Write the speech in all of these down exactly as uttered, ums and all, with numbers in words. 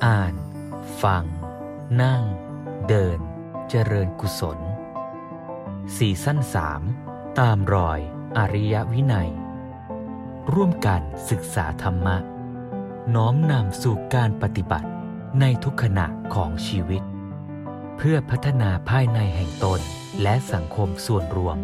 อ่านฟังนั่งเดินเจริญกุศลซีซั่นสามตามรอยอริยวินัยร่วมกันศึกษาธรรมะน้อมนำสู่การปฏิบัติในทุกขณะของชีวิตเพื่อพัฒนาภายในแห่งตนและสังคมส่วนรวม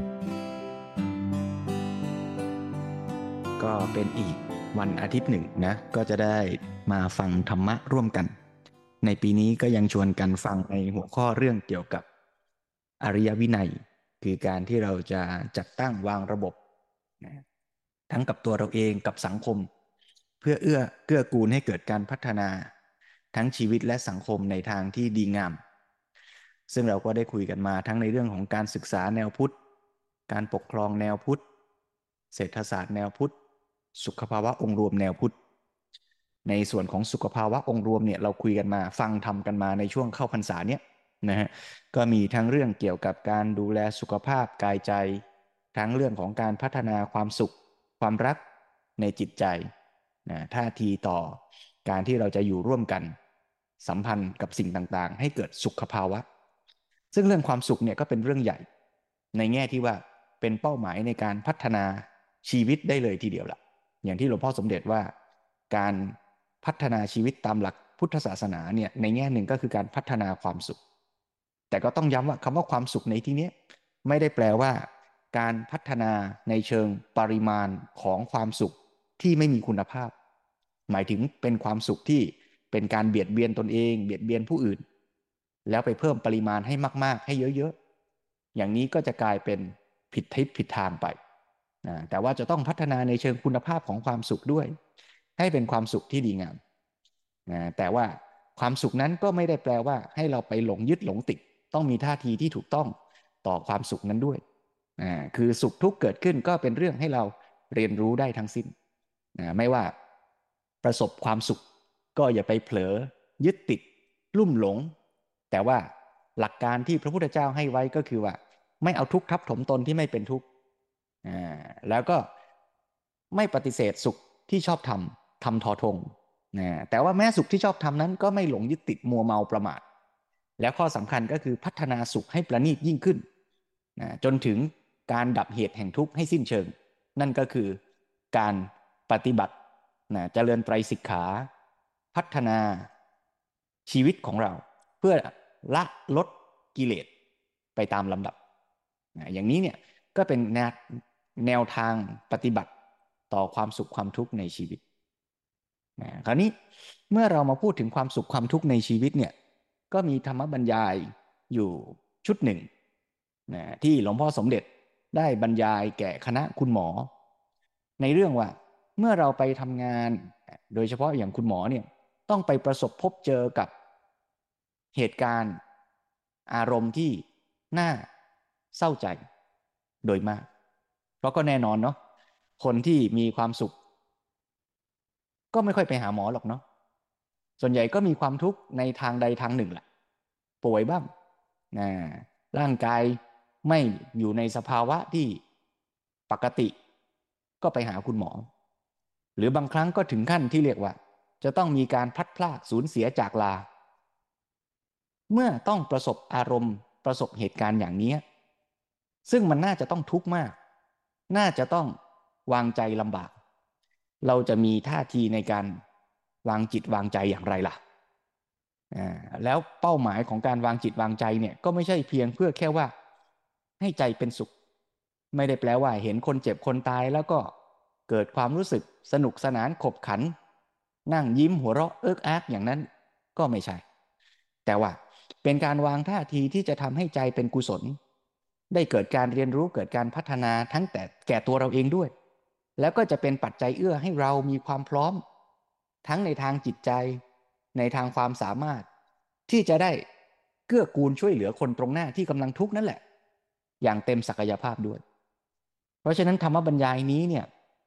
ก็เป็นอีกวันอาทิตย์หนึ่งนะก็จะได้มาฟังธรรมะร่วมกันในปีนี้ก็ยังชวนกันฟังในหัวข้อเรื่องเกี่ยวกับอริยวินัยคือการที่เราจะจัดตั้งวางระบบนะทั้งกับตัวเราเองกับสังคมเพื่อเอื้อเกื้อกูลให้เกิดการพัฒนาทั้งชีวิตและสังคมในทางที่ดีงามซึ่งเราก็ได้คุยกันมาทั้งในเรื่องของการศึกษาแนวพุทธการปกครองแนวพุทธเศรษฐศาสตร์แนวพุทธสุขภาวะองค์รวมแนวพุทธในส่วนของสุขภาวะองค์รวมเนี่ยเราคุยกันมาฟังทำกันมาในช่วงเข้าพรรษาเนี้ยนะฮะก็มีทั้งเรื่องเกี่ยวกับการดูแลสุขภาพกายใจทั้งเรื่องของการพัฒนาความสุขความรักในจิตใจนะท่าทีต่อการที่เราจะอยู่ร่วมกันสัมพันธ์กับสิ่งต่างๆให้เกิดสุขภาวะซึ่งเรื่องความสุขเนี่ยก็เป็นเรื่องใหญ่ในแง่ที่ว่าเป็นเป้าหมายในการพัฒนาชีวิตได้เลยทีเดียวล่ะอย่างที่หลวงพ่อสมเด็จว่าการพัฒนาชีวิตตามหลักพุทธศาสนาเนี่ยในแง่หนึ่งก็คือการพัฒนาความสุขแต่ก็ต้องย้ำว่าคำว่าความสุขในที่นี้ไม่ได้แปลว่าการพัฒนาในเชิงปริมาณของความสุขที่ไม่มีคุณภาพหมายถึงเป็นความสุขที่เป็นการเบียดเบียนตนเองเบียดเบียนผู้อื่นแล้วไปเพิ่มปริมาณให้มากๆให้เยอะๆอย่างนี้ก็จะกลายเป็นผิดทิศผิดทางไปนะแต่ว่าจะต้องพัฒนาในเชิงคุณภาพของความสุขด้วยให้เป็นความสุขที่ดีงามนะแต่ว่าความสุขนั้นก็ไม่ได้แปลว่าให้เราไปหลงยึดหลงติดต้องมีท่าทีที่ถูกต้องต่อความสุขนั้นด้วยนะคือสุขทุกข์เกิดขึ้นก็เป็นเรื่องให้เราเรียนรู้ได้ทั้งสิ้นนะไม่ว่าประสบความสุขก็อย่าไปเผลอยึดติดลุ่มหลงแต่ว่าหลักการที่พระพุทธเจ้าให้ไว้ก็คือว่าไม่เอาทุกข์ทับถมตนที่ไม่เป็นทุกข์แล้วก็ไม่ปฏิเสธสุขที่ชอบทำทำทอทงแต่ว่าแม้สุขที่ชอบทำนั้นก็ไม่หลงยึดติดมัวเมาประมาทแล้วข้อสำคัญก็คือพัฒนาสุขให้ประณีตยิ่งขึ้นจนถึงการดับเหตุแห่งทุกข์ให้สิ้นเชิงนั่นก็คือการปฏิบัติเจริญไตรสิกขาพัฒนาชีวิตของเราเพื่อละลดกิเลสไปตามลำดับอย่างนี้เนี่ยก็เป็นแนวแนวทางปฏิบัติต่อความสุขความทุกข์ในชีวิตคราวนี้เมื่อเรามาพูดถึงความสุขความทุกข์ในชีวิตเนี่ยก็มีธรรมบรรยายอยู่ชุดหนึ่งนะที่หลวงพ่อสมเด็จได้บรรยายแก่คณะคุณหมอในเรื่องว่าเมื่อเราไปทำงานโดยเฉพาะอย่างคุณหมอเนี่ยต้องไปประสบพบเจอกับเหตุการณ์อารมณ์ที่น่าเศร้าใจโดยมากเพราะก็แน่นอนเนาะคนที่มีความสุขก็ไม่ค่อยไปหาหมอหรอกเนาะส่วนใหญ่ก็มีความทุกข์ในทางใดทางหนึ่งแหละป่วยบ้างนะร่างกายไม่อยู่ในสภาวะที่ปกติก็ไปหาคุณหมอหรือบางครั้งก็ถึงขั้นที่เรียกว่าจะต้องมีการพลัดพรากสูญเสียจากลาเมื่อต้องประสบอารมณ์ประสบเหตุการณ์อย่างนี้ซึ่งมันน่าจะต้องทุกข์มากน่าจะต้องวางใจลำบากเราจะมีท่าทีในการวางจิตวางใจอย่างไรล่ะแล้วเป้าหมายของการวางจิตวางใจเนี่ยก็ไม่ใช่เพียงเพื่อแค่ว่าให้ใจเป็นสุขไม่ได้แปลว่าเห็นคนเจ็บคนตายแล้วก็เกิดความรู้สึกสนุกสนานขบขันนั่งยิ้มหัวเราะเอิกอักอย่างนั้นก็ไม่ใช่แต่ว่าเป็นการวางท่าทีที่จะทำให้ใจเป็นกุศลได้เกิดการเรียนรู้เกิดการพัฒนาทั้งแต่แก่ตัวเราเองด้วยแล้วก็จะเป็นปัจจัยเอื้อให้เรามีความพร้อมทั้งในทางจิตใจในทางความสามารถที่จะได้เกื้อกูลช่วยเหลือคนตรงหน้าที่กำลังทุกข์นั่นแหละอย่างเต็มศักยภาพด้วยเพราะฉะนั้นธรรมบรรยายนี้เนี่ย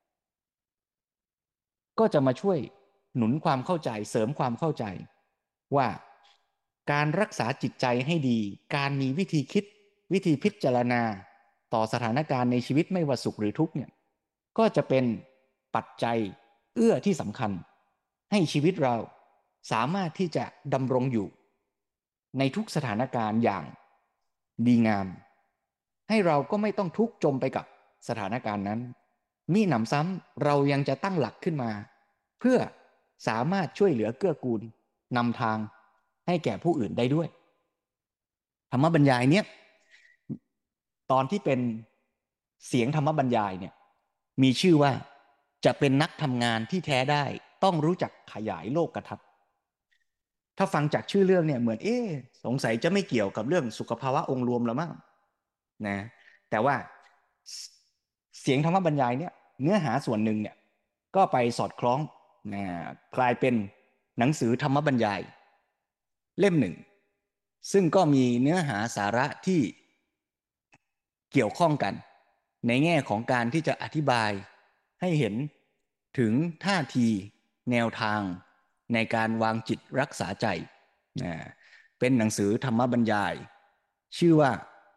ก็จะมาช่วยหนุนความเข้าใจเสริมความเข้าใจว่าการรักษาจิตใจให้ดีการมีวิธีคิดวิธีพิจารณาต่อสถานการณ์ในชีวิตไม่ว่าสุขหรือทุกข์เนี่ยก็จะเป็นปัจจัยเอื้อที่สำคัญให้ชีวิตเราสามารถที่จะดำรงอยู่ในทุกสถานการณ์อย่างดีงามให้เราก็ไม่ต้องทุกข์จมไปกับสถานการณ์นั้นมิหนำซ้ำเรายังจะตั้งหลักขึ้นมาเพื่อสามารถช่วยเหลือเกื้อกูลนำทางให้แก่ผู้อื่นได้ด้วยธรรมบรรยายเนี้ยตอนที่เป็นเสียงธรรมบรรยายเนี่ยมีชื่อว่าจะเป็นนักทำงานที่แท้ได้ต้องรู้จักขยายโลกทัศน์ถ้าฟังจากชื่อเรื่องเนี่ยเหมือนเอ๊ะสงสัยจะไม่เกี่ยวกับเรื่องสุขภาวะองค์รวมแล้วมั้งนะแต่ว่าเสียงธรรมบรรยายเนี่ยเนื้อหาส่วนหนึ่งเนี่ยก็ไปสอดคล้องนะกลายเป็นหนังสือธรรมบรรยายเล่มหนึ่งซึ่งก็มีเนื้อหาสาระที่เกี่ยวข้องกันในแง่ของการที่จะอธิบายให้เห็นถึงท่าทีแนวทางในการวางจิตรักษาใจนะเป็นหนังสือธรรมบรรยายชื่อว่า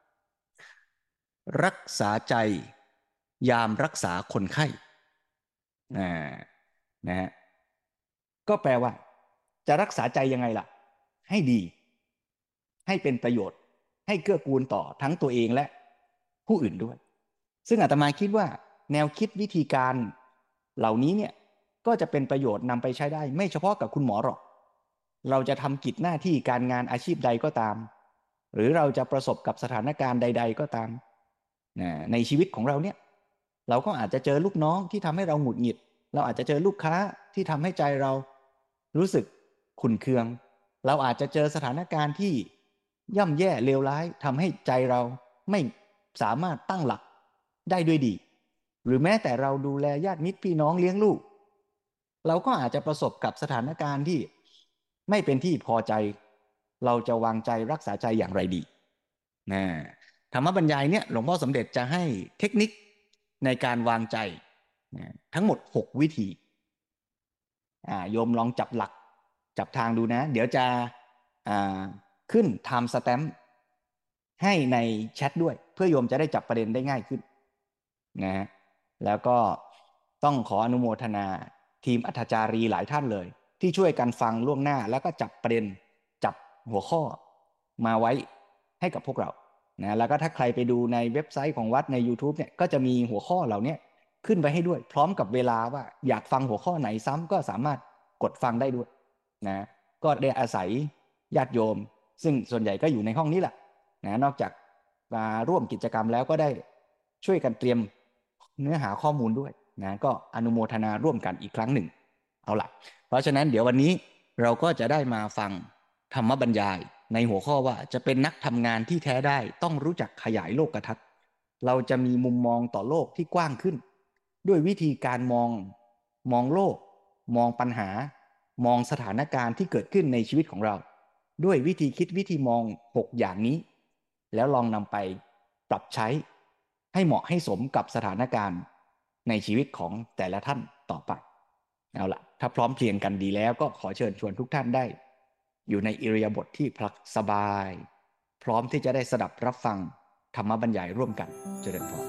รักษาใจยามรักษาคนไข้นะนะฮะก็แปลว่าจะรักษาใจยังไงล่ะให้ดีให้เป็นประโยชน์ให้เกื้อกูลต่อทั้งตัวเองและผู้อื่นด้วยซึ่งอาตมาคิดว่าแนวคิดวิธีการเหล่านี้เนี่ยก็จะเป็นประโยชน์นำไปใช้ได้ไม่เฉพาะกับคุณหมอหรอกเราจะทำกิจหน้าที่การงานอาชีพใดก็ตามหรือเราจะประสบกับสถานการณ์ใดๆก็ตามในชีวิตของเราเนี่ยเราก็อาจจะเจอลูกน้องที่ทำให้เราหงุดหงิดเราอาจจะเจอลูกค้าที่ทำให้ใจเรารู้สึกขุ่นเคืองเราอาจจะเจอสถานการณ์ที่ย่ำแย่เลวร้ายทำให้ใจเราไม่สามารถตั้งหลักได้ด้วยดีหรือแม้แต่เราดูแลญาติมิตรพี่น้องเลี้ยงลูกเราก็อาจจะประสบกับสถานการณ์ที่ไม่เป็นที่พอใจเราจะวางใจรักษาใจอย่างไรดีนะธรรมบรรยายเนี่ยหลวงพ่อสมเด็จจะให้เทคนิคในการวางใจนะทั้งหมดหกวิธีอ่าโยมลองจับหลักจับทางดูนะเดี๋ยวจะอ่าขึ้น time stamp ให้ในแชทด้วยเพื่อโยมจะได้จับประเด็นได้ง่ายขึ้นนะแล้วก็ต้องขออนุโมทนาทีมอัธจารีหลายท่านเลยที่ช่วยกันฟังล่วงหน้าแล้วก็จับประเด็นจับหัวข้อมาไว้ให้กับพวกเรานะแล้วก็ถ้าใครไปดูในเว็บไซต์ของวัดใน YouTube เนี่ยก็จะมีหัวข้อเหล่านี้ขึ้นไปให้ด้วยพร้อมกับเวลาว่าอยากฟังหัวข้อไหนซ้ำก็สามารถกดฟังได้ด้วยนะก็ได้อาศัยญาติโยมซึ่งส่วนใหญ่ก็อยู่ในห้องนี้แหละนะนอกจากมาร่วมกิจกรรมแล้วก็ได้ช่วยกันเตรียมเนื้อหาข้อมูลด้วยนะก็อนุโมทนาร่วมกันอีกครั้งหนึ่งเอาล่ะเพราะฉะนั้นเดี๋ยววันนี้เราก็จะได้มาฟังธรรมบรรยายในหัวข้อว่าจะเป็นนักทำงานที่แท้ได้ต้องรู้จักขยายโลกทัศน์เราจะมีมุมมองต่อโลกที่กว้างขึ้นด้วยวิธีการมองมองโลกมองปัญหามองสถานการณ์ที่เกิดขึ้นในชีวิตของเราด้วยวิธีคิดวิธีมองหกอย่างนี้แล้วลองนำไปปรับใช้ให้เหมาะให้สมกับสถานการณ์ในชีวิตของแต่ละท่านต่อไปเอาล่ะถ้าพร้อมเพรียงกันดีแล้วก็ขอเชิญชวนทุกท่านได้อยู่ในอิริยาบถที่พักสบายพร้อมที่จะได้สดับรับฟังธรรมบรรยายร่วมกันเจริญพร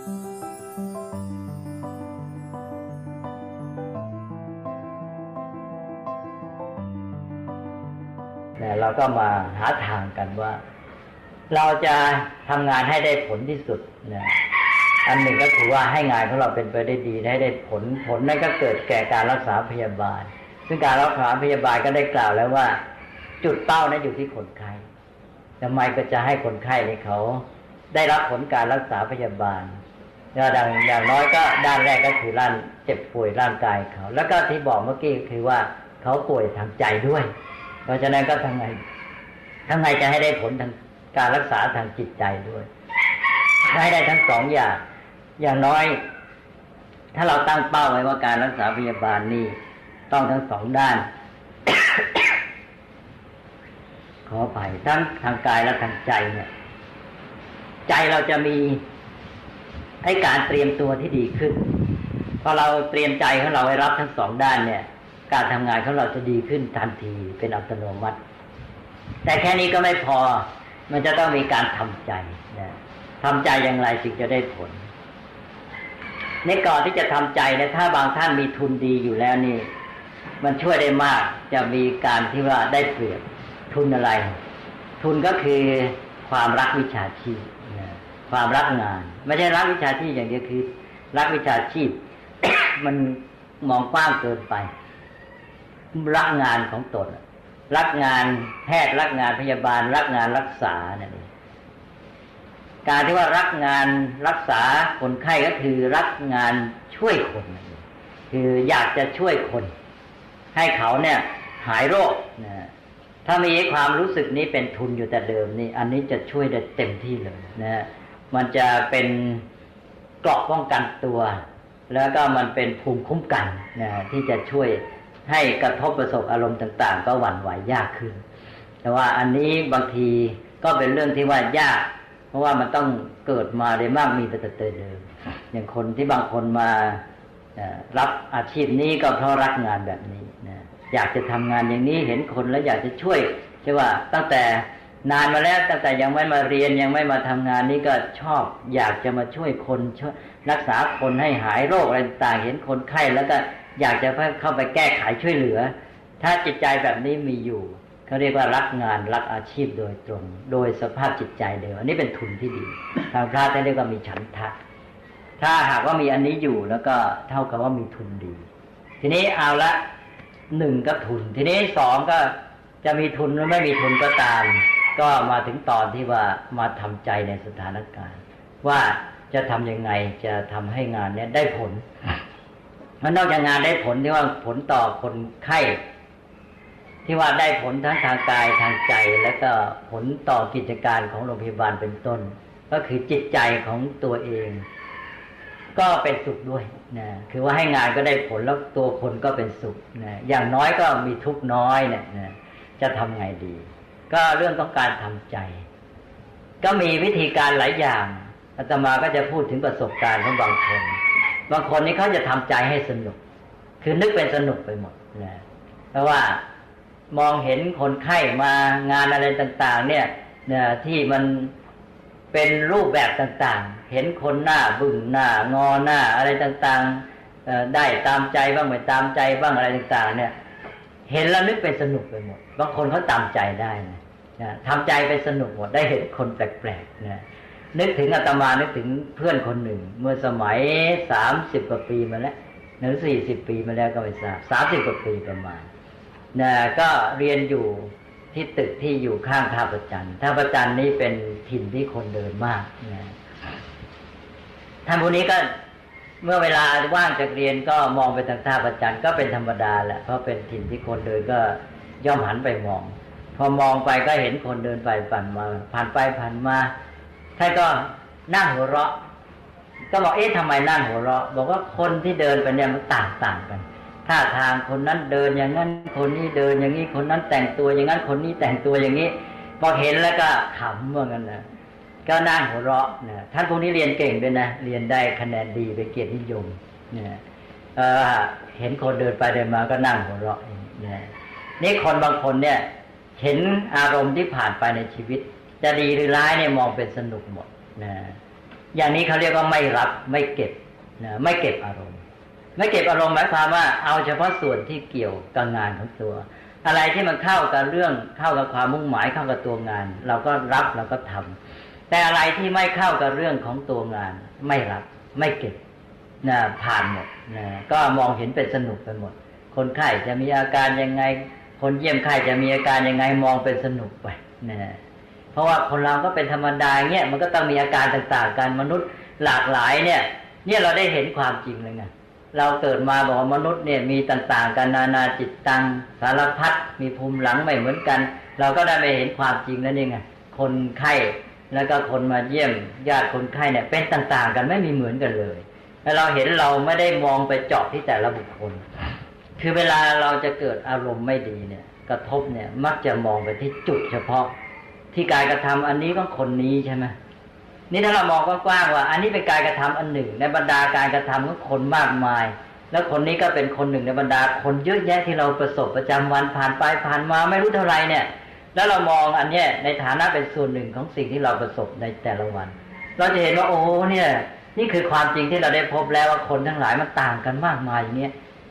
เราก็มาหาทางกันว่าเราจะทำงานให้ได้ผลที่สุดนะอันหนึ่งก็คือว่าให้งานของเราเป็นไปได้ดีให้ได้ผลผลนั้นก็เกิดแก่การรักษาพยาบาลซึ่งการรักษาพยาบาลก็ได้กล่าวแล้วว่าจุดเป้านั้นอยู่ที่คนไข้ทำไมก็จะให้คนไข้ในเขาได้รับผลการรักษาพยาบาลดังอย่างน้อยก็ด้านแรกก็คือร่างเจ็บป่วยร่างกายเขาแล้วก็ที่บอกเมื่อกี้คือว่าเขาป่วยทางใจด้วยเพราะฉะนั้นก็ทำไงทำไงจะให้ได้ผลทางการรักษาทางจิตใจด้วยให้ได้ทั้งสองอย่างอย่างน้อยถ้าเราตั้งเป้าไว้ว่าการรักษาพยาบาลนี่ต้องทั้งสองด้าน ขออภัยทั้งทางกายและทางใจเนี่ยใจเราจะมีให้การเตรียมตัวที่ดีขึ้นพอเราเตรียมใจของเราไว้รับทั้งสองด้านเนี่ยการทำงานของเราจะดีขึ้นทันทีเป็นอัตโนมัติแต่แค่นี้ก็ไม่พอมันจะต้องมีการทำใจนะทำใจอย่างไรจึงจะได้ผลในก่อนที่จะทำใจเนี่ยถ้าบางท่านมีทุนดีอยู่แล้วนี่มันช่วยได้มากจะมีการที่ว่าได้เปรียบทุนอะไรทุนก็คือความรักวิชาชีพความรักงานไม่ใช่รักวิชาชีพอย่างเดียวคือรักวิชาชีพ มันมองกว้างเกินไปรักงานของตนรักงานแพทย์รักงานพยาบาลรักงานรักษานั่นเองการที่ว่ารักงานรักษาคนไข้ก็คือรักงานช่วยคนคืออยากจะช่วยคนให้เขาเนี่ยหายโรคนะถ้ามีความรู้สึกนี้เป็นทุนอยู่แต่เดิมนี่อันนี้จะช่วยได้เต็มที่เลยนะมันจะเป็นเกราะป้องกันตัวแล้วก็มันเป็นภูมิคุ้มกันนะที่จะช่วยให้กระทบประสบอารมณ์ต่างๆก็หวั่นไหวยากขึ้นแต่ว่าอันนี้บางทีก็เป็นเรื่องที่ว่ายากเพราะว่ามันต้องเกิดมาได้มากมีแต่เดิมอย่างคนที่บางคนมารับอาชีพนี้ก็เพราะรักงานแบบนี้นะอยากจะทำงานอย่างนี้เห็นคนแล้วอยากจะช่วยใช่ว่าตั้งแต่นานมาแล้วตั้งแต่ยังไม่มาเรียนยังไม่มาทำงานนี้ก็ชอบอยากจะมาช่วยคนรักษาคนให้หายโรคอะไรต่างเห็นคนไข้แล้วก็อยากจะเข้าไปแก้ไขช่วยเหลือถ้าจิตใจแบบนี้มีอยู่เขาเรียกว่ารักงานรักอาชีพโดยตรงโดยสภาพจิตใจเดิมอันนี้เป็นทุนที่ดีทางพระท่านเรียกว่ามีฉันทะถ้าหากว่ามีอันนี้อยู่แล้วก็เท่ากับว่ามีทุนดีทีนี้เอาละหนึ่งก็ทุนทีนี้สองก็จะมีทุนหรือไม่มีทุนก็ตามก็มาถึงตอนที่ว่ามาทำใจในสถานการณ์ว่าจะทำยังไงจะทำให้งานนี้ได้ผลมันนอกจากงานได้ผลที่ว่าผลต่อคนไข้ที่ว่าได้ผลทั้งทางกายทางใจแล้วก็ผลต่อกิจการของโรงพยาบาลเป็นต้นก็คือจิตใจของตัวเองก็เป็นสุขด้วยนะคือว่าให้งานก็ได้ผลแล้วตัวคนก็เป็นสุขนะอย่างน้อยก็มีทุกข์น้อยเนี่ยนะจะทำไงดีก็เรื่องต้องการทำใจก็มีวิธีการหลายอย่างอาตมาก็จะพูดถึงประสบการณ์ของบางคนบางคนนี่เขาจะทำใจให้สนุกคือนึกเป็นสนุกไปหมดนะเพราะว่ามองเห็นคนไข้มางานอะไรต่างๆเนี่ยนะที่มันเป็นรูปแบบต่างๆเห็นคนหน้าบึ้งหน้างอหน้าอะไรต่างๆได้ตามใจบ้างไม่ตามใจบ้างอะไรต่างๆเนี่ยเห็นแล้วนึกเป็นสนุกไปหมดบางคนเขาตามใจได้นะทำใจไปสนุกหมดได้เห็นคนแปลกๆนะนึกถึงอาตมานึกถึงเพื่อนคนหนึ่งเมื่อสมัยสามสิบกว่าปีมาแล้วหรือสี่สิบปีมาแล้วก็ไม่ทราบสามสิบกว่าปีประมาณนะก็เรียนอยู่ที่ตึกที่อยู่ข้างท่าประจันท่าประจันนี่เป็นถิ่นที่คนเดินมากนะท่านผู้นี้ก็เมื่อเวลาว่างจากเรียนก็มองไปทางท่าประจันก็เป็นธรรมดาแหละเพราะเป็นถิ่นที่คนเดินก็ย่อมหันไปมองพอมองไปก็เห็นคนเดินไปผ่านมาผ่านไปผ่านมาท่านก็นั่งหัวเราะก็บอกเอ๊ะทำไมนั่งหัวเราะบอกว่าคนที่เดินไปเนี่ยมันต่างต่างกันท่าทางคนนั้นเดินอย่างนั้นคนนี้เดินอย่างนี้คนนั้นแต่งตัวอย่างนั้นคนนี้แต่งตัวอย่างนี้พอเห็นแล้วก็ขำเหมือนกันนะก็นั่งหัวเราะนะท่านพวกนี้เรียนเก่งด้วยนะเรียนได้คะแนนดีเป็นเกียรตินิยมเนี่ยเออเห็นคนเดินไปเดินมาก็นั่งหัวเราะเนี่ยนี่คนบางคนเนี่ยเห็นอารมณ์ที่ผ่านไปในชีวิตจะดีหรือร้ายเนี่ยมองเป็นสนุกหมดนะอย่างนี้เขาเรียกว่าไม่รับไม่เก็บนะไม่เก็บอารมณ์ไม่เก็บอารมณ์หมายความว่าเอาเฉพาะส่วนที่เกี่ยวกับงานของตัวอะไรที่มันเข้ากับเรื่องเข้ากับความมุ่งหมายเข้ากับตัวงานเราก็รับเราก็ทำแต่อะไรที่ไม่เข้ากับเรื่องของตัวงานไม่รับไม่เก็บนะผ่านหมดนะก็มองเห็นเป็นสนุกไปหมดคนไข้จะมีอาการยังไงคนเยี่ยมไข้จะมีอาการยังไงมองเป็นสนุกไปนะเพราะว่าคนเราก็เป็นธรรมดาเงี้ยมันก็ต้องมีอาการต่างๆกันมนุษย์หลากหลายเนี่ยเนี่ยเราได้เห็นความจริงเลยไงเราเกิดมาบอกว่ามนุษย์เนี่ยมีต่างๆกันนานาจิตตังสารพัดมีภูมิหลังไม่เหมือนกันเราก็ได้ไปเห็นความจริงแล้วนี่ไงคนไข้แล้วก็คนมาเยี่ยมญาติคนไข้เนี่ยเป็นต่างๆกันไม่มีเหมือนกันเลยแล้วเราเห็นเราไม่ได้มองไปเจาะที่แต่ละบุคคลคือเวลาเราจะเกิดอารมณ์ไม่ดีเนี่ยกระทบเนี่ยมักจะมองไปที่จุดเฉพาะที่การกระทำอันนี้ก็คนนี้ใช่ไหมนี่ถ้าเรามองกว้างๆว่าอันนี้เป็นการกระทำอันหนึ่งในบรรดาการกระทำของคนมากมายแล้วคนนี้ก็เป็นคนหนึ่งในบรรดาคนเยอะแยะที่เราประสบประจำวันผ่านไปผ่านมาไม่รู้เท่าไรเนี่ยแล้วเรามองอันเนี้ยในฐานะเป็นส่วนหนึ่งของสิ่งที่เราประสบในแต่ละวันเราจะเห็นว่าโอ้เนี่ยนี่คือความจริงที่เราได้พบแล้วว่าคนทั้งหลายมันต่างกันมากมายอย่างเนี้ย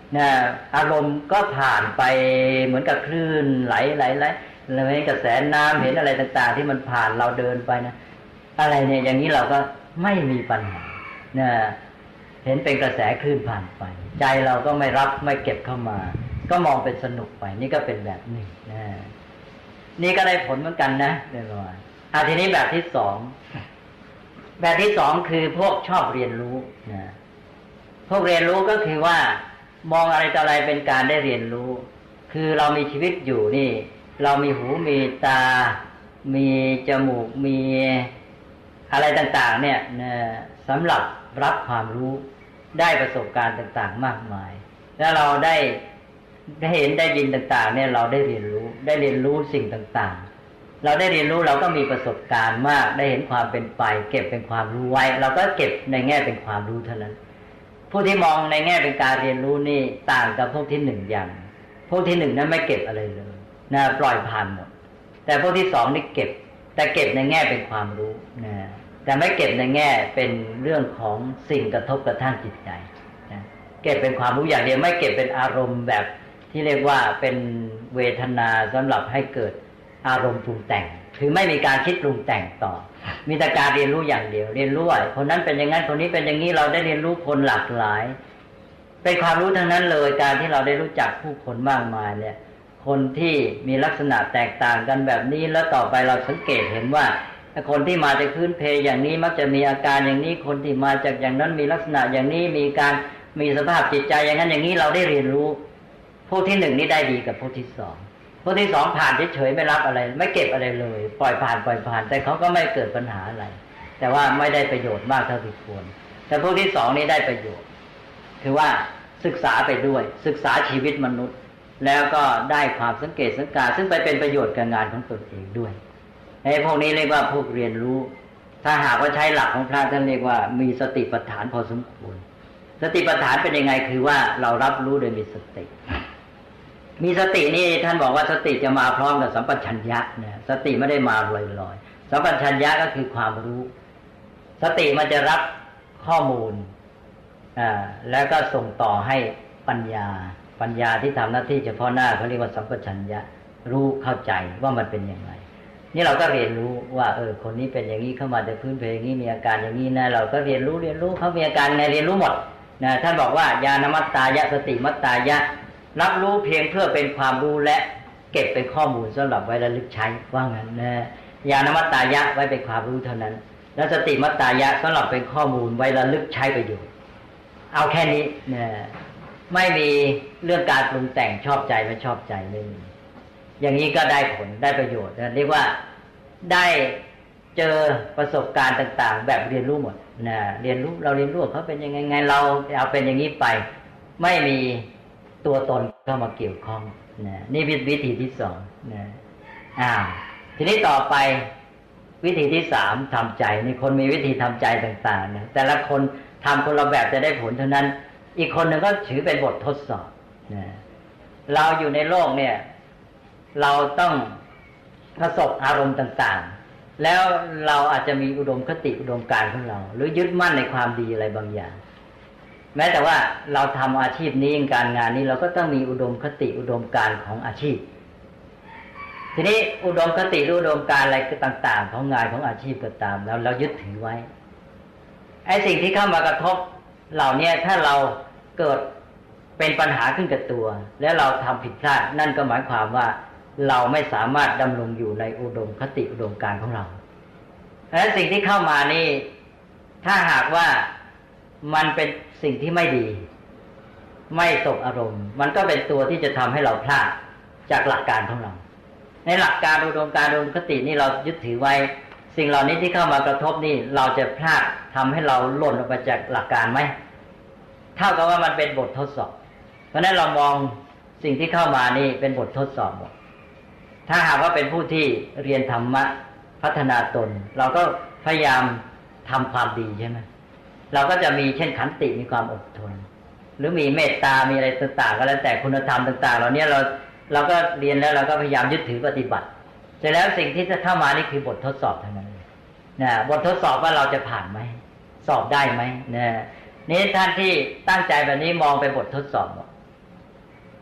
นะอารมณ์ก็ผ่านไปเหมือนกับคลื่นไหลไหลไหลเราเห็นกระแสน้ำเห็นอะไรต่างๆที่มันผ่านเราเดินไปนะอะไรเนี่ยอย่างนี้เราก็ไม่มีปัญหานะเห็นเป็นกระแสคลื่นผ่านไปใจเราก็ไม่รับไม่เก็บเข้ามาก็มองเป็นสนุกไปนี่ก็เป็นแบบหนึ่งนะนี่ก็ได้ผลเหมือนกันนะเรียบร้อยอ่ะทีนี้แบบที่สองแบบที่สองคือพวกชอบเรียนรู้นะพวกเรียนรู้ก็คือว่ามองอะไรต่ออะไรเป็นการได้เรียนรู้คือเรามีชีวิตอยู่นี่เรามีหูมีตามีจมูกมีอะไรต่างๆเนี่ยนะสำหรับรับความรู้ได้ประสบการณ์ต่างๆมากมายแล้วเราได้ได้เห็นได้ยินต่างๆเนี่ยเราได้เรียนรู้ได้เรียนรู้สิ่งต่างๆเราได้เรียนรู้เราก็มีประสบการณ์มากได้เห็นความเป็นไปเก็บเป็นความรู้ไว้เราก็เก็บในแง่เป็นความรู้เท่านั้นผู้ที่มองในแง่เป็นการเรียนรู้นี่ต่างกับพวกที่หนึ่งอย่างพวกที่หนึ่งนั้นไม่เก็บอะไรเลยนะปล่อยผ่านหมดแต่พวกที่สองนี่เก็บแต่เก็บในแง่เป็นความรู้นะแต่ไม่เก็บในแง่เป็นเรื่องของสิ่งกระทบกระทั่งจิตใจนะเก็บเป็นความรู้อย่างเดียวไม่เก็บเป็นอารมณ์แบบที่เรียกว่าเป็นเวทนาสำหรับให้เกิดอารมณ์ปรุงแต่งคือไม่มีการคิดปรุงแต่งต่อมีแต่การเรียนรู้อย่างเดียวเรียนรู้ว่าคนนั้นเป็นอย่างนั้นคนนี้เป็นอย่างนี้เราได้เรียนรู้คนหลากหลายเป็นความรู้ทั้งนั้นเลยการที่เราได้รู้จักผู้คนมากมายเนี่ยคนที่มีลักษณะแตกต่างกันแบบนี้แล้วต่อไปเราสังเกตเห็นว่าคนที่มาจากพื้นเพอย่างนี้มักจะมีอาการอย่างนี้คนที่มาจากอย่างนั้นมีลักษณะอย่างนี้มีการมีสภาพจิตใจอย่างนั้นอย่างนี้เราได้เรียนรู้ผู้ที่หนึ่งนี่ได้ดีกับผู้ที่สองผู้ที่สองผ่านเฉยๆไม่รับอะไรไม่เก็บอะไรเลยปล่อยผ่านปล่อยผ่านแต่เขาก็ไม่เกิดปัญหาอะไรแต่ว่าไม่ได้ประโยชน์มากเท่าที่ควรแต่ผู้ที่สองนี่ได้ประโยชน์คือว่าศึกษาไปด้วยศึกษาชีวิตมนุษย์แล้วก็ได้ความสังเกตสังการซึ่งไปเป็นประโยชน์กับงานของตนเองด้วยไอ้พวกนี้เรียกว่าพวกเรียนรู้ถ้าหากว่าใช้หลักของพระท่านเรียกว่ามีสติปัฏฐานพอสมควรสติปัฏฐานเป็นยังไงคือว่าเรารับรู้โดยมีสติมีสตินี่ท่านบอกว่าสติจะมาพร้อมกับสัมปชัญญะนะสติไม่ได้มาลอยๆสัมปชัญญะก็คือความรู้สติมันจะรับข้อมูลอ่าแล้วก็ส่งต่อให้ปัญญาปัญญาที่ทำหน้าที่เฉพาะหน้าเขาเรียกว่าสัมปชัญญะรู้เข้าใจว่ามันเป็นอย่างไรนี่เราก็เรียนรู้ว่าเออคนนี้เป็นอย่างนี้เข้ามาจากพื้นเพอย่างนี้มีอาการอย่างนี้นะเราก็เรียนรู้เรียนรู้เขามีอาการไงเรียนรู้หมดนะท่านบอกว่าญาณมัตตายะสติมัตตายะรับรู้เพียงเพื่อเป็นความรู้และเก็บเป็นข้อมูลสำหรับไว้ระลึกใช้ว่างั้นนะญาณมัตตายะไว้เป็นความรู้เท่านั้นแล้วสติมัตตายะสำหรับเป็นข้อมูลไว้ระลึกใช้ประโยชน์เอาแค่นี้นะไม่มีเรื่องการปรุงแต่งชอบใจไม่ชอบใจไม่มีอย่างนี้ก็ได้ผลได้ประโยชน์นะเรียกว่าได้เจอประสบการณ์ต่างๆแบบเรียนรู้หมดนะเรียนรู้เราเรียนรู้เขาเป็นยังไงไงเราเอาเป็นอย่างนี้ไปไม่มีตัวตนเข้ามาเกี่ยวข้องนะนี่วิธีที่สองนะอ้าวทีนี้ต่อไปวิธีที่สามทำใจนี่คนมีวิธีทำใจต่างๆนะแต่ละคนทำคนละแบบจะได้ผลเท่านั้นอีกคนหนึ่งก็ถือเป็นบททดสอบนะเราอยู่ในโลกเนี่ยเราต้องประสบอารมณ์ต่างๆแล้วเราอาจจะมีอุดมคติอุดมการณ์ของเราหรือยึดมั่นในความดีอะไรบางอย่างแม้แต่ว่าเราทำอาชีพนี้การงานนี้เราก็ต้องมีอุดมคติอุดมการณ์ของอาชีพทีนี้อุดมคติอุดมการณ์อะไรต่างๆของงานของอาชีพก็ตามแล้วเรายึดถือไว้ไอ้สิ่งที่เข้ามากระทบเหล่านี้ถ้าเราเกิดเป็นปัญหาขึ้นกับตัวแล้วเราทำผิดพลาดนั่นก็หมายความว่าเราไม่สามารถดำรงอยู่ในอุดมคติอุดมการณ์ของเราและสิ่งที่เข้ามานี่ถ้าหากว่ามันเป็นสิ่งที่ไม่ดีไม่สบอารมณ์มันก็เป็นตัวที่จะทำให้เราพลาดจากหลักการของเราในหลักการอุดมการณ์อุดมคตินี่เรายึดถือไว้สิ่งเหล่านี้ที่เข้ามากระทบนี่เราจะพลาดทำให้เราหล่นออกไปจากหลักการไหมเท่ากับว่ามันเป็นบททดสอบเพราะนั้นเรามองสิ่งที่เข้ามานี่เป็นบททดสอบหมดถ้าหากว่าเป็นผู้ที่เรียนธรรมะพัฒนาตนเราก็พยายามทำความดีใช่ไหมเราก็จะมีเช่นขันติมีความอดทนหรือมีเมตตามีอะไรต่างๆก็แล้วแต่คุณธรรมต่างๆเหล่านี้เราเราก็เรียนแล้วเราก็พยายามยึดถือปฏิบัติเสร็จแล้วสิ่งที่จะเข้ามานี่คือบททดสอบเท่านั้นนะบททดสอบว่าเราจะผ่านไหมสอบได้ไหมนะนี่ท่านที่ตั้งใจแบบนี้มองไปบททดสอบ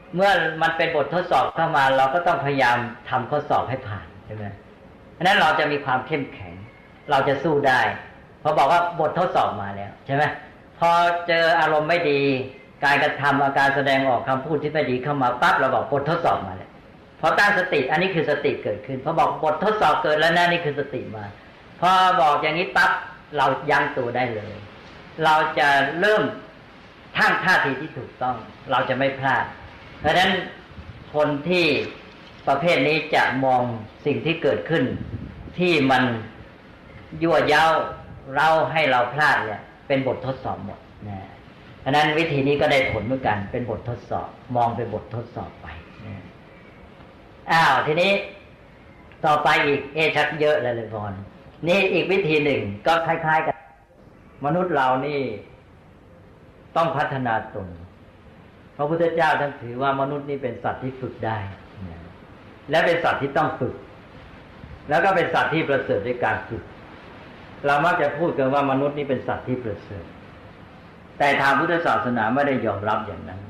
เมื่อมันเป็นบททดสอบเข้ามาเราก็ต้องพยายามทำข้อสอบให้ผ่านใช่ไหมเพราะนั้นเราจะมีความเข้มแข็งเราจะสู้ได้พอบอกว่าบททดสอบมาแล้วใช่ไหมพอเจออารมณ์ไม่ดีการกระทำอาการแสดงออกคำพูดที่ไม่ดีเข้ามาปั๊บเราบอกบททดสอบมาแล้วพอตั้งสติอันนี้คือสติเกิดขึ้นพอบอกบททดสอบเกิดแล้วนะนี่คือสติมาพอบอกอย่างนี้ปั๊บเรายั้งตัวได้เลยเราจะเริ่มทั้งท่าทีที่ถูกต้องเราจะไม่พลาดเพราะฉะนั้นคนที่ประเภทนี้จะมองสิ่งที่เกิดขึ้นที่มันยั่วเย้าเราให้เราพลาดเนี่ยเป็นบททดสอบหมดนะเพราะนั้นวิธีนี้ก็ได้ผลเหมือนกันเป็นบททดสอบมองเป็นบททดสอบไปนะอ้าวทีนี้ต่อไปอีกเอชักเยอะเลยเลยพรนี่อีกวิธีหนึ่งก็คล้ายๆกันมนุษย์เรานี่ต้องพัฒนาตนพระพุทธเจ้าท่านถือว่ามนุษย์นี่เป็นสัตว์ที่ฝึกได้และเป็นสัตว์ที่ต้องฝึกแล้วก็เป็นสัตว์ที่ประเสริฐด้วยการฝึกเรามักจะพูดกันว่ามนุษย์นี่เป็นสัตว์ที่ประเสริฐแต่ทางพุทธศาสนาไม่ได้ยอมรับอย่างนั้น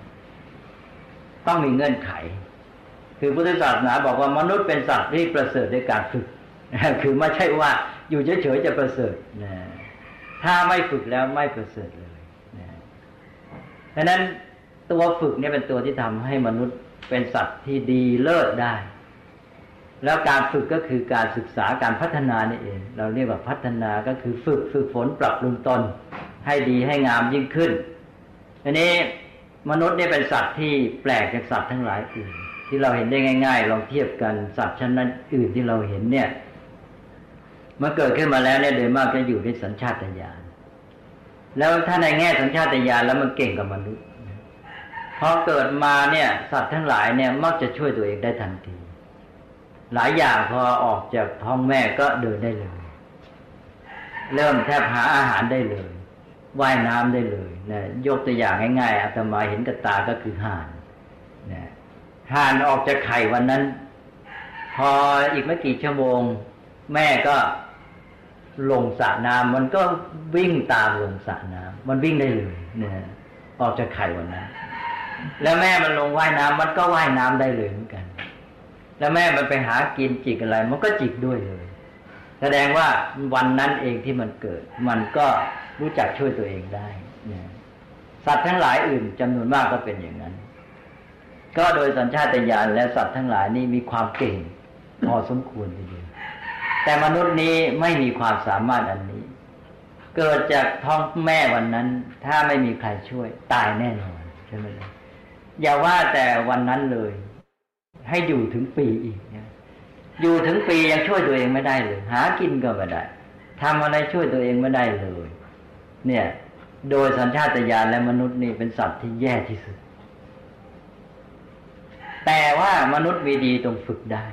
ต้องมีเงื่อนไขคือพุทธศาสนาบอกว่ามนุษย์เป็นสัตว์ที่ประเสริฐด้วยการฝึกคือไม่ใช่ว่าอยู่เฉยๆจะประเสริฐถ้าไม่ฝึกแล้วไม่ประเสริฐเลยดังนั้นตัวฝึกเนี่ยเป็นตัวที่ทำให้มนุษย์เป็นสัตว์ที่ดีเลิศได้แล้วการฝึกก็คือการศึกษาการพัฒนานี่เองเราเรียกว่าพัฒนาก็คือฝึกฝึกฝนปรับปรุงตนให้ดีให้งามยิ่งขึ้นอันนี้มนุษย์เนี่ยเป็นสัตว์ที่แปลกจากสัตว์ทั้งหลายอื่นที่เราเห็นได้ง่ายๆลองเทียบกันสัตว์ชนิดอื่นที่เราเห็นเนี่ยเมื่อเกิดขึ้นมาแล้วเนี่ยโดยมากจะอยู่ในสัญชาตญาณแล้วถ้าในแง่สัญชาตญาณแล้วมันเก่งกว่ามนุษย์พอเกิดมาเนี่ยสัตว์ทั้งหลายเนี่ยมักจะช่วยตัวเองได้ทันทีหลายอย่างพอออกจากท้องแม่ก็เดินได้เลยเริ่มแทบหาอาหารได้เลยว่ายน้ำได้เลยนะยกตัวอย่างง่ายๆอาตมาเห็นกับตาก็คือห่านนะห่านออกจากไข่วันนั้นพออีกไม่กี่ชั่วโมงแม่ก็ลงสระน้ำมันก็วิ่งตามลงสระน้ำมันวิ่งได้เลยนะออกจากไข่วันนั้นแล้วแม่มันลงว่ายน้ำมันก็ว่ายน้ำได้เลยเหมือนกันแล้วแม่มันไปหากินจิกอะไรมันก็จิกด้วยเลยแสดงว่าวันนั้นเองที่มันเกิดมันก็รู้จักช่วยตัวเองได้นะสัตว์ทั้งหลายอื่นจำนวนมากก็เป็นอย่างนั้นก็โดยสัญชาตญาณและสัตว์ทั้งหลายนี่มีความเก่งพอสมควรทีเดียวแต่มนุษย์นี้ไม่มีความสามารถอันนี้เกิดจากท้องแม่วันนั้นถ้าไม่มีใครช่วยตายแน่นอนใช่ไหมล่ะอย่าว่าแต่วันนั้นเลยให้อยู่ถึงปีอีกนะอยู่ถึงปียังช่วยตัวเองไม่ได้เลยหากินก็ไม่ได้ทำอะไรช่วยตัวเองไม่ได้เลยเนี่ยโดยสัญชาตญาณและมนุษย์นี่เป็นสัตว์ที่แย่ที่สุดแต่ว่ามนุษย์มีดีตรงฝึกได้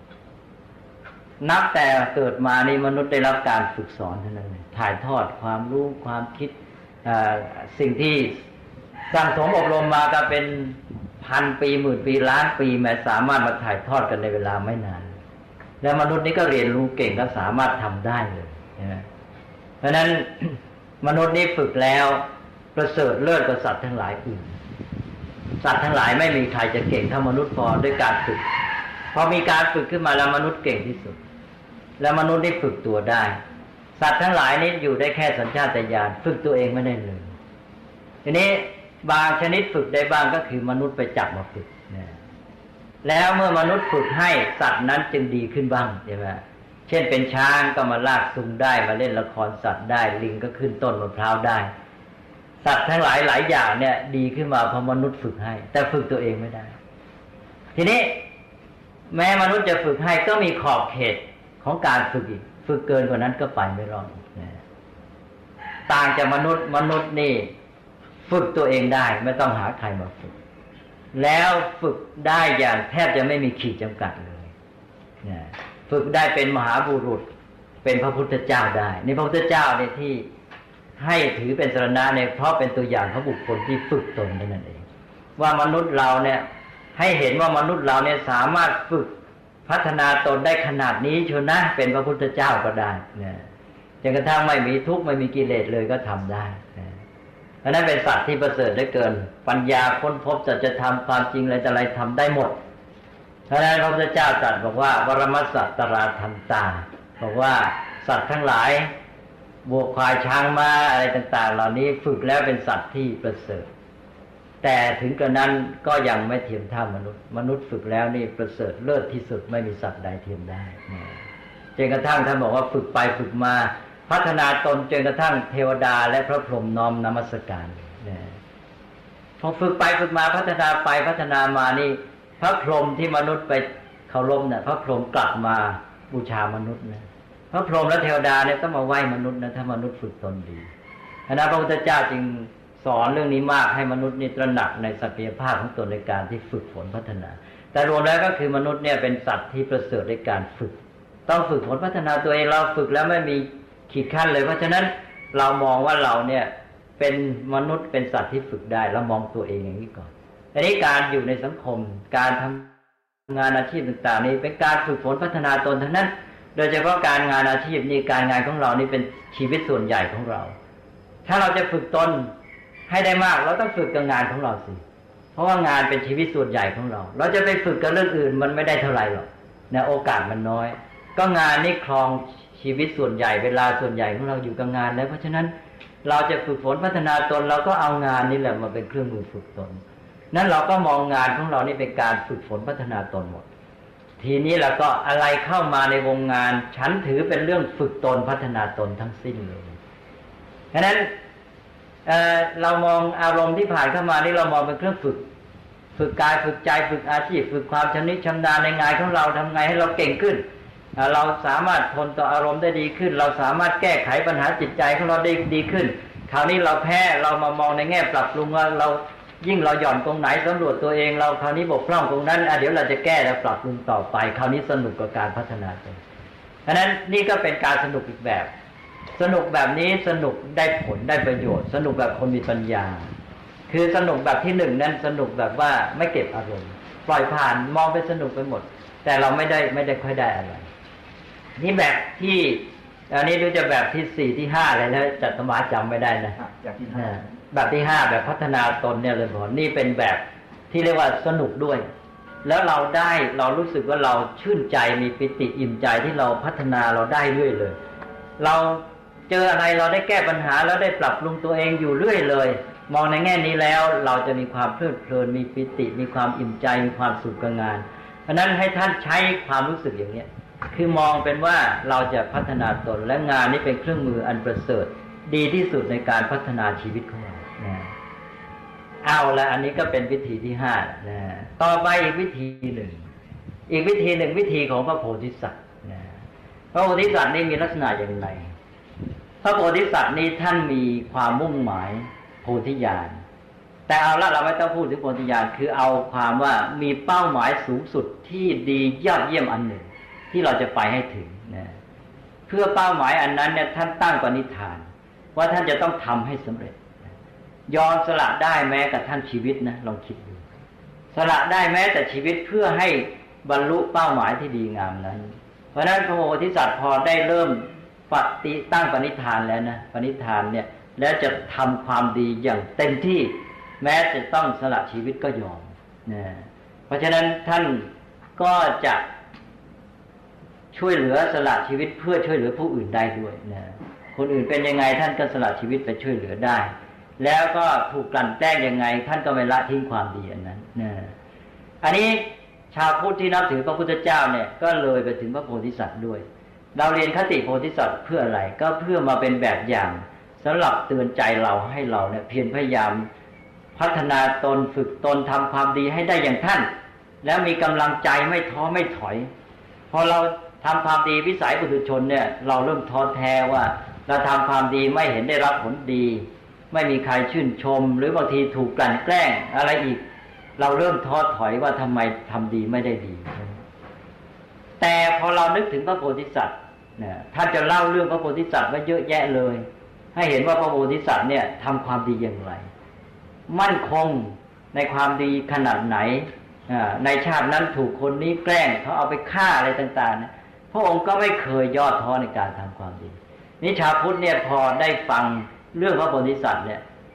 นับแต่เกิดมานี่มนุษย์ได้รับการฝึกสอนเท่านั้นเลยถ่ายทอดความรู้ความคิดสิ่งที่สั่งสมอบรมมาก็เป็นพันปีหมื่นปีล้านปีแม้สามารถมาถ่ายทอดกันในเวลาไม่นานแล้วมนุษย์นี้ก็เรียนรู้เก่งและสามารถทำได้เลยนะเพราะฉะนั้นมนุษย์นี้ฝึกแล้วประเสริฐเลิศกว่าสัตว์ทั้งหลายอื่นสัตว์ทั้งหลายไม่มีใครจะเก่งเท่ามนุษย์พอด้วยการฝึกพอมีการฝึกขึ้นมาแล้วมนุษย์เก่งที่สุดแล้วมนุษย์ได้ฝึกตัวได้สัตว์ทั้งหลายนี้อยู่ได้แค่สัญชาตญาณฝึกตัวเองไม่ได้เลยทีนี้บางชนิดฝึกได้บ้างก็คือมนุษย์ไปจับมาฝึกนะแล้วเมื่อมนุษย์ฝึกให้สัตว์นั้นจึงดีขึ้นบ้างใช่ไหมเช่นเป็นช้างก็มาลากซุงได้มาเล่นละครสัตว์ได้ลิงก็ขึ้นต้นมะพร้าวได้สัตว์ทั้งหลายหลายอย่างเนี่ยดีขึ้นมาเพราะมนุษย์ฝึกให้แต่ฝึกตัวเองไม่ได้ทีนี้แม้มนุษย์จะฝึกให้ก็มีขอบเขตของการฝึกอีกฝึกเกินกว่านั้นก็ไปไม่รอดนะต่างจากมนุษย์มนุษย์นี่ฝึกตัวเองได้ไม่ต้องหาใครมาฝึกแล้วฝึกได้อย่างแทบจะไม่มีขีดจำกัดเลยนะฝึกได้เป็นมหาบุรุษเป็นพระพุทธเจ้าได้ในพระพุทธเจ้าเนี่ยที่ให้ถือเป็นสรณะเนี่ยเพราะเป็นตัวอย่างของบุคคลที่ฝึกตนนั่นเองว่ามนุษย์เราเนี่ยให้เห็นว่ามนุษย์เราเนี่ยสามารถฝึกพัฒนาตนได้ขนาดนี้เชียวนะเป็นพระพุทธเจ้าก็ได้นะจนกระทั่งไม่มีทุกข์ไม่มีกิเลสเลยก็ทำได้นะเพอันนั้นเป็นสัตว์ที่ประเสริฐได้เกินปัญญาค้นพบสัจธรรมความจริงอะไรแต่อะไรทำได้หมดเพราะฉะนั้นพระพุทธเจ้าตรัสบอกว่าวรมัสสัตตราทันตาบอกว่าสัตว์ทั้งหลายวัวควายช้างม้าอะไรต่างๆเหล่านี้ฝึกแล้วเป็นสัตว์ที่ประเสริฐแต่ถึงกระนั้นก็ยังไม่เทียมเท่ามนุษย์มนุษย์ฝึกแล้วนี่ประเสริฐเลิศที่สุดไม่มีสัตว์ใดเทียมได้จนกระทั่งท่านบอกว่าฝึกไปฝึกมาพัฒนาตนจนกระทั่งเทวดาและพระพรหมน้อมนมัสการพอฝึกไปฝึกมาพัฒนาไปพัฒนามานี่พระพรหมที่มนุษย์ไปเคารพเนี่ยพระพรหมกลับมาบูชามนุษย์นะพระพรหมและเทวดาเนี่ยต้องมาไหว้มนุษย์นะถ้ามนุษย์ฝึกตนดีฉะนั้นพระพุทธเจ้าจึงสอนเรื่องนี้มากให้มนุษย์นี่ตระหนักในศักยภาพของตนในการที่ฝึกฝนพัฒนาแต่รวมแล้วก็คือมนุษย์เนี่ยเป็นสัตว์ที่ประเสริฐในการฝึกต้องฝึกฝนพัฒนาตัวเองเราฝึกแล้วไม่มีขีดขั้นเลยเพราะฉะนั้นเรามองว่าเราเนี่ยเป็นมนุษย์เป็นสัตว์ที่ฝึกได้เรามองตัวเองอย่างนี้ก่อนอันนี้การอยู่ในสังคมการทำงานอาชีพต่างๆนี้เป็นการฝึกฝนพัฒนาตนทั้งนั้นโดยเฉพาะการงานอาชีพนี่การงานของเรานี่เป็นชีวิตส่วนใหญ่ของเราถ้าเราจะฝึกตนให้ได้มากเราต้องฝึกกับงานของเราสิเพราะว่างานเป็นชีวิตส่วนใหญ่ของเราเราจะไปฝึกกับเรื่องอื่นมันไม่ได้เท่าไหร่หรอกนะโอกาสมันน้อยก็งานนี่ครองชีวิตส่วนใหญ่เวลาส่วนใหญ่ของเราอยู่กับงานแล้วเพราะฉะนั้นเราจะฝึกฝนพัฒนาตนเราก็เอางานนี่แหละมาเป็นเครื่องมือฝึกตนนั้นเราก็มองงานของเรานี่เป็นการฝึกฝนพัฒนาตนหมดทีนี้เราก็อะไรเข้ามาในวงงานฉันถือเป็นเรื่องฝึกตนพัฒนาตนทั้งสิ้นเลยฉะนั้นเอ่อเรามองอารมณ์ที่ผ่านเข้ามานี่เรามองเป็นเครื่องฝึกฝึกกายฝึกใจฝึกอาชีพฝึกความชำนิชำนาญในงานของเราทำไงให้เราเก่งขึ้นเราสามารถทนต่ออารมณ์ได้ดีขึ้นเราสามารถแก้ไขปัญหาจิตใจของเราได้ดีขึ้นคราวนี้เราแพ้เรามามองในแง่ปรับปรุงว่าเรายิ่งเราหย่อนตรงไหนสำรวจตัวเองเราคราวนี้บกพร่องตรงนั้นอ่ะเดี๋ยวเราจะแก้และปรับปรุงต่อไปคราวนี้สนุกกับการพัฒนาตัวเพราะฉะนั้นนี่ก็เป็นการสนุกอีกแบบสนุกแบบนี้สนุกได้ผลได้ประโยชน์สนุกแบบคนมีปัญญาคือสนุกแบบที่หนึ่งนั้นสนุกแบบว่าไม่เก็บอารมณ์ปล่อยผ่านมองไปสนุกไปหมดแต่เราไม่ได้ไม่ได้ค่อยได้อะไรนี่แบบที่อันนี้ดูจะแบบที่สี่ที่ห้าอะไรแล้วจัตมาจำไม่ได้นะแบบที่ห้าแบบที่ห้าแบบพัฒนาตนเนี่ยเลยบอกนี่เป็นแบบที่เรียกว่าสนุกด้วยแล้วเราได้เรารู้สึกว่าเราชื่นใจมีปิติอิ่มใจที่เราพัฒนาเราได้เรื่อยเลยเราเจออะไรเราได้แก้ปัญหาแล้วได้ปรับปรุงตัวเองอยู่เรื่อยเลยมองในแง่นี้แล้วเราจะมีความเพลิดเพลินมีปิติมีความอิ่มใจมีความสุขกับงานเพราะนั้นให้ท่านใช้ความรู้สึกอย่างนี้คือมองเป็นว่าเราจะพัฒนาตนและงานนี้เป็นเครื่องมืออันประเสริฐดีที่สุดในการพัฒนาชีวิตของเรานะเอาละอันนี้ก็เป็นวิธีที่ห้านะต่อไปอีกวิธีหนึ่งอีกวิธีหนึ่งวิธีของพระโพธิสัตว์นะพระโพธิสัตว์นี่มีลักษณะอย่างไรพระโพธิสัตว์นี้ท่านมีความมุ่งหมายโพธิญาณแต่เอาละเราไม่ต้องพูดถึงโพธิญาณคือเอาความว่ามีเป้าหมายสูงสุดที่ดียอดเยี่ยมอันหนึ่งที่เราจะไปให้ถึงนะเพื่อเป้าหมายอันนั้นเนี่ยท่านตั้งปณิธานว่าท่านจะต้องทำให้สำเร็จยอมสละได้แม้กับท่านชีวิตนะลองคิดดูสละได้แม้แต่ชีวิตเพื่อให้บรรลุเป้าหมายที่ดีงามนั้นเพราะฉะนั้นพระโพธิสัตว์พอได้เริ่มปฏิตั้งปณิธานแล้วนะปณิธานเนี่ยแล้วจะทำความดีอย่างเต็มที่แม้จะต้องสละชีวิตก็ยอมนะเพราะฉะนั้นท่านก็จะช่วยเหลือสละชีวิตเพื่อช่วยเหลือผู้อื่นได้ด้วยนะคนอื่นเป็นยังไงท่านก็สละชีวิตไปช่วยเหลือได้แล้วก็ถูกกลั่นแกล้งยังไงท่านก็ไม่ละทิ้งความดีอันนั้นนะอันนี้ชาวพุทธที่นับถือพระพุทธเจ้าเนี่ยก็เลยไปถึงพระโพธิสัตว์ด้วยเราเรียนคติโพธิสัตว์เพื่ออะไรก็เพื่อมาเป็นแบบอย่างสำหรับเตือนใจเราให้เราเนี่ยเพียรพยายามพัฒนาตนฝึกตนทำความดีให้ได้อย่างท่านแล้วมีกำลังใจไม่ท้อไม่ถอยพอเราทำความดีวิสัยปุถุชนเนี่ยเราเริ่มท้อแท้ว่าเราทำความดีไม่เห็นได้รับผลดีไม่มีใครชื่นชมหรือบางทีถูกกลั่นแกล้งอะไรอีกเราเริ่มท้อถอยว่าทำไมทำดีไม่ได้ดีแต่พอเรานึกถึงพระโพธิสัตว์เนี่ยท่านจะเล่าเรื่องพระโพธิสัตว์ไว้เยอะแยะเลยให้เห็นว่าพระโพธิสัตว์เนี่ยทำความดีอย่างไรมั่นคงในความดีขนาดไหนในชาตินั้นถูกคนนี้แกล้งเขาเอาไปฆ่าอะไรต่างๆนะพระองค์ก็ไม่เคยย่อท้อในการทำความดีนี่ชาวพุทธเนี่ยพอได้ฟังเรื่องพระโพธิสัตว์เนี่ย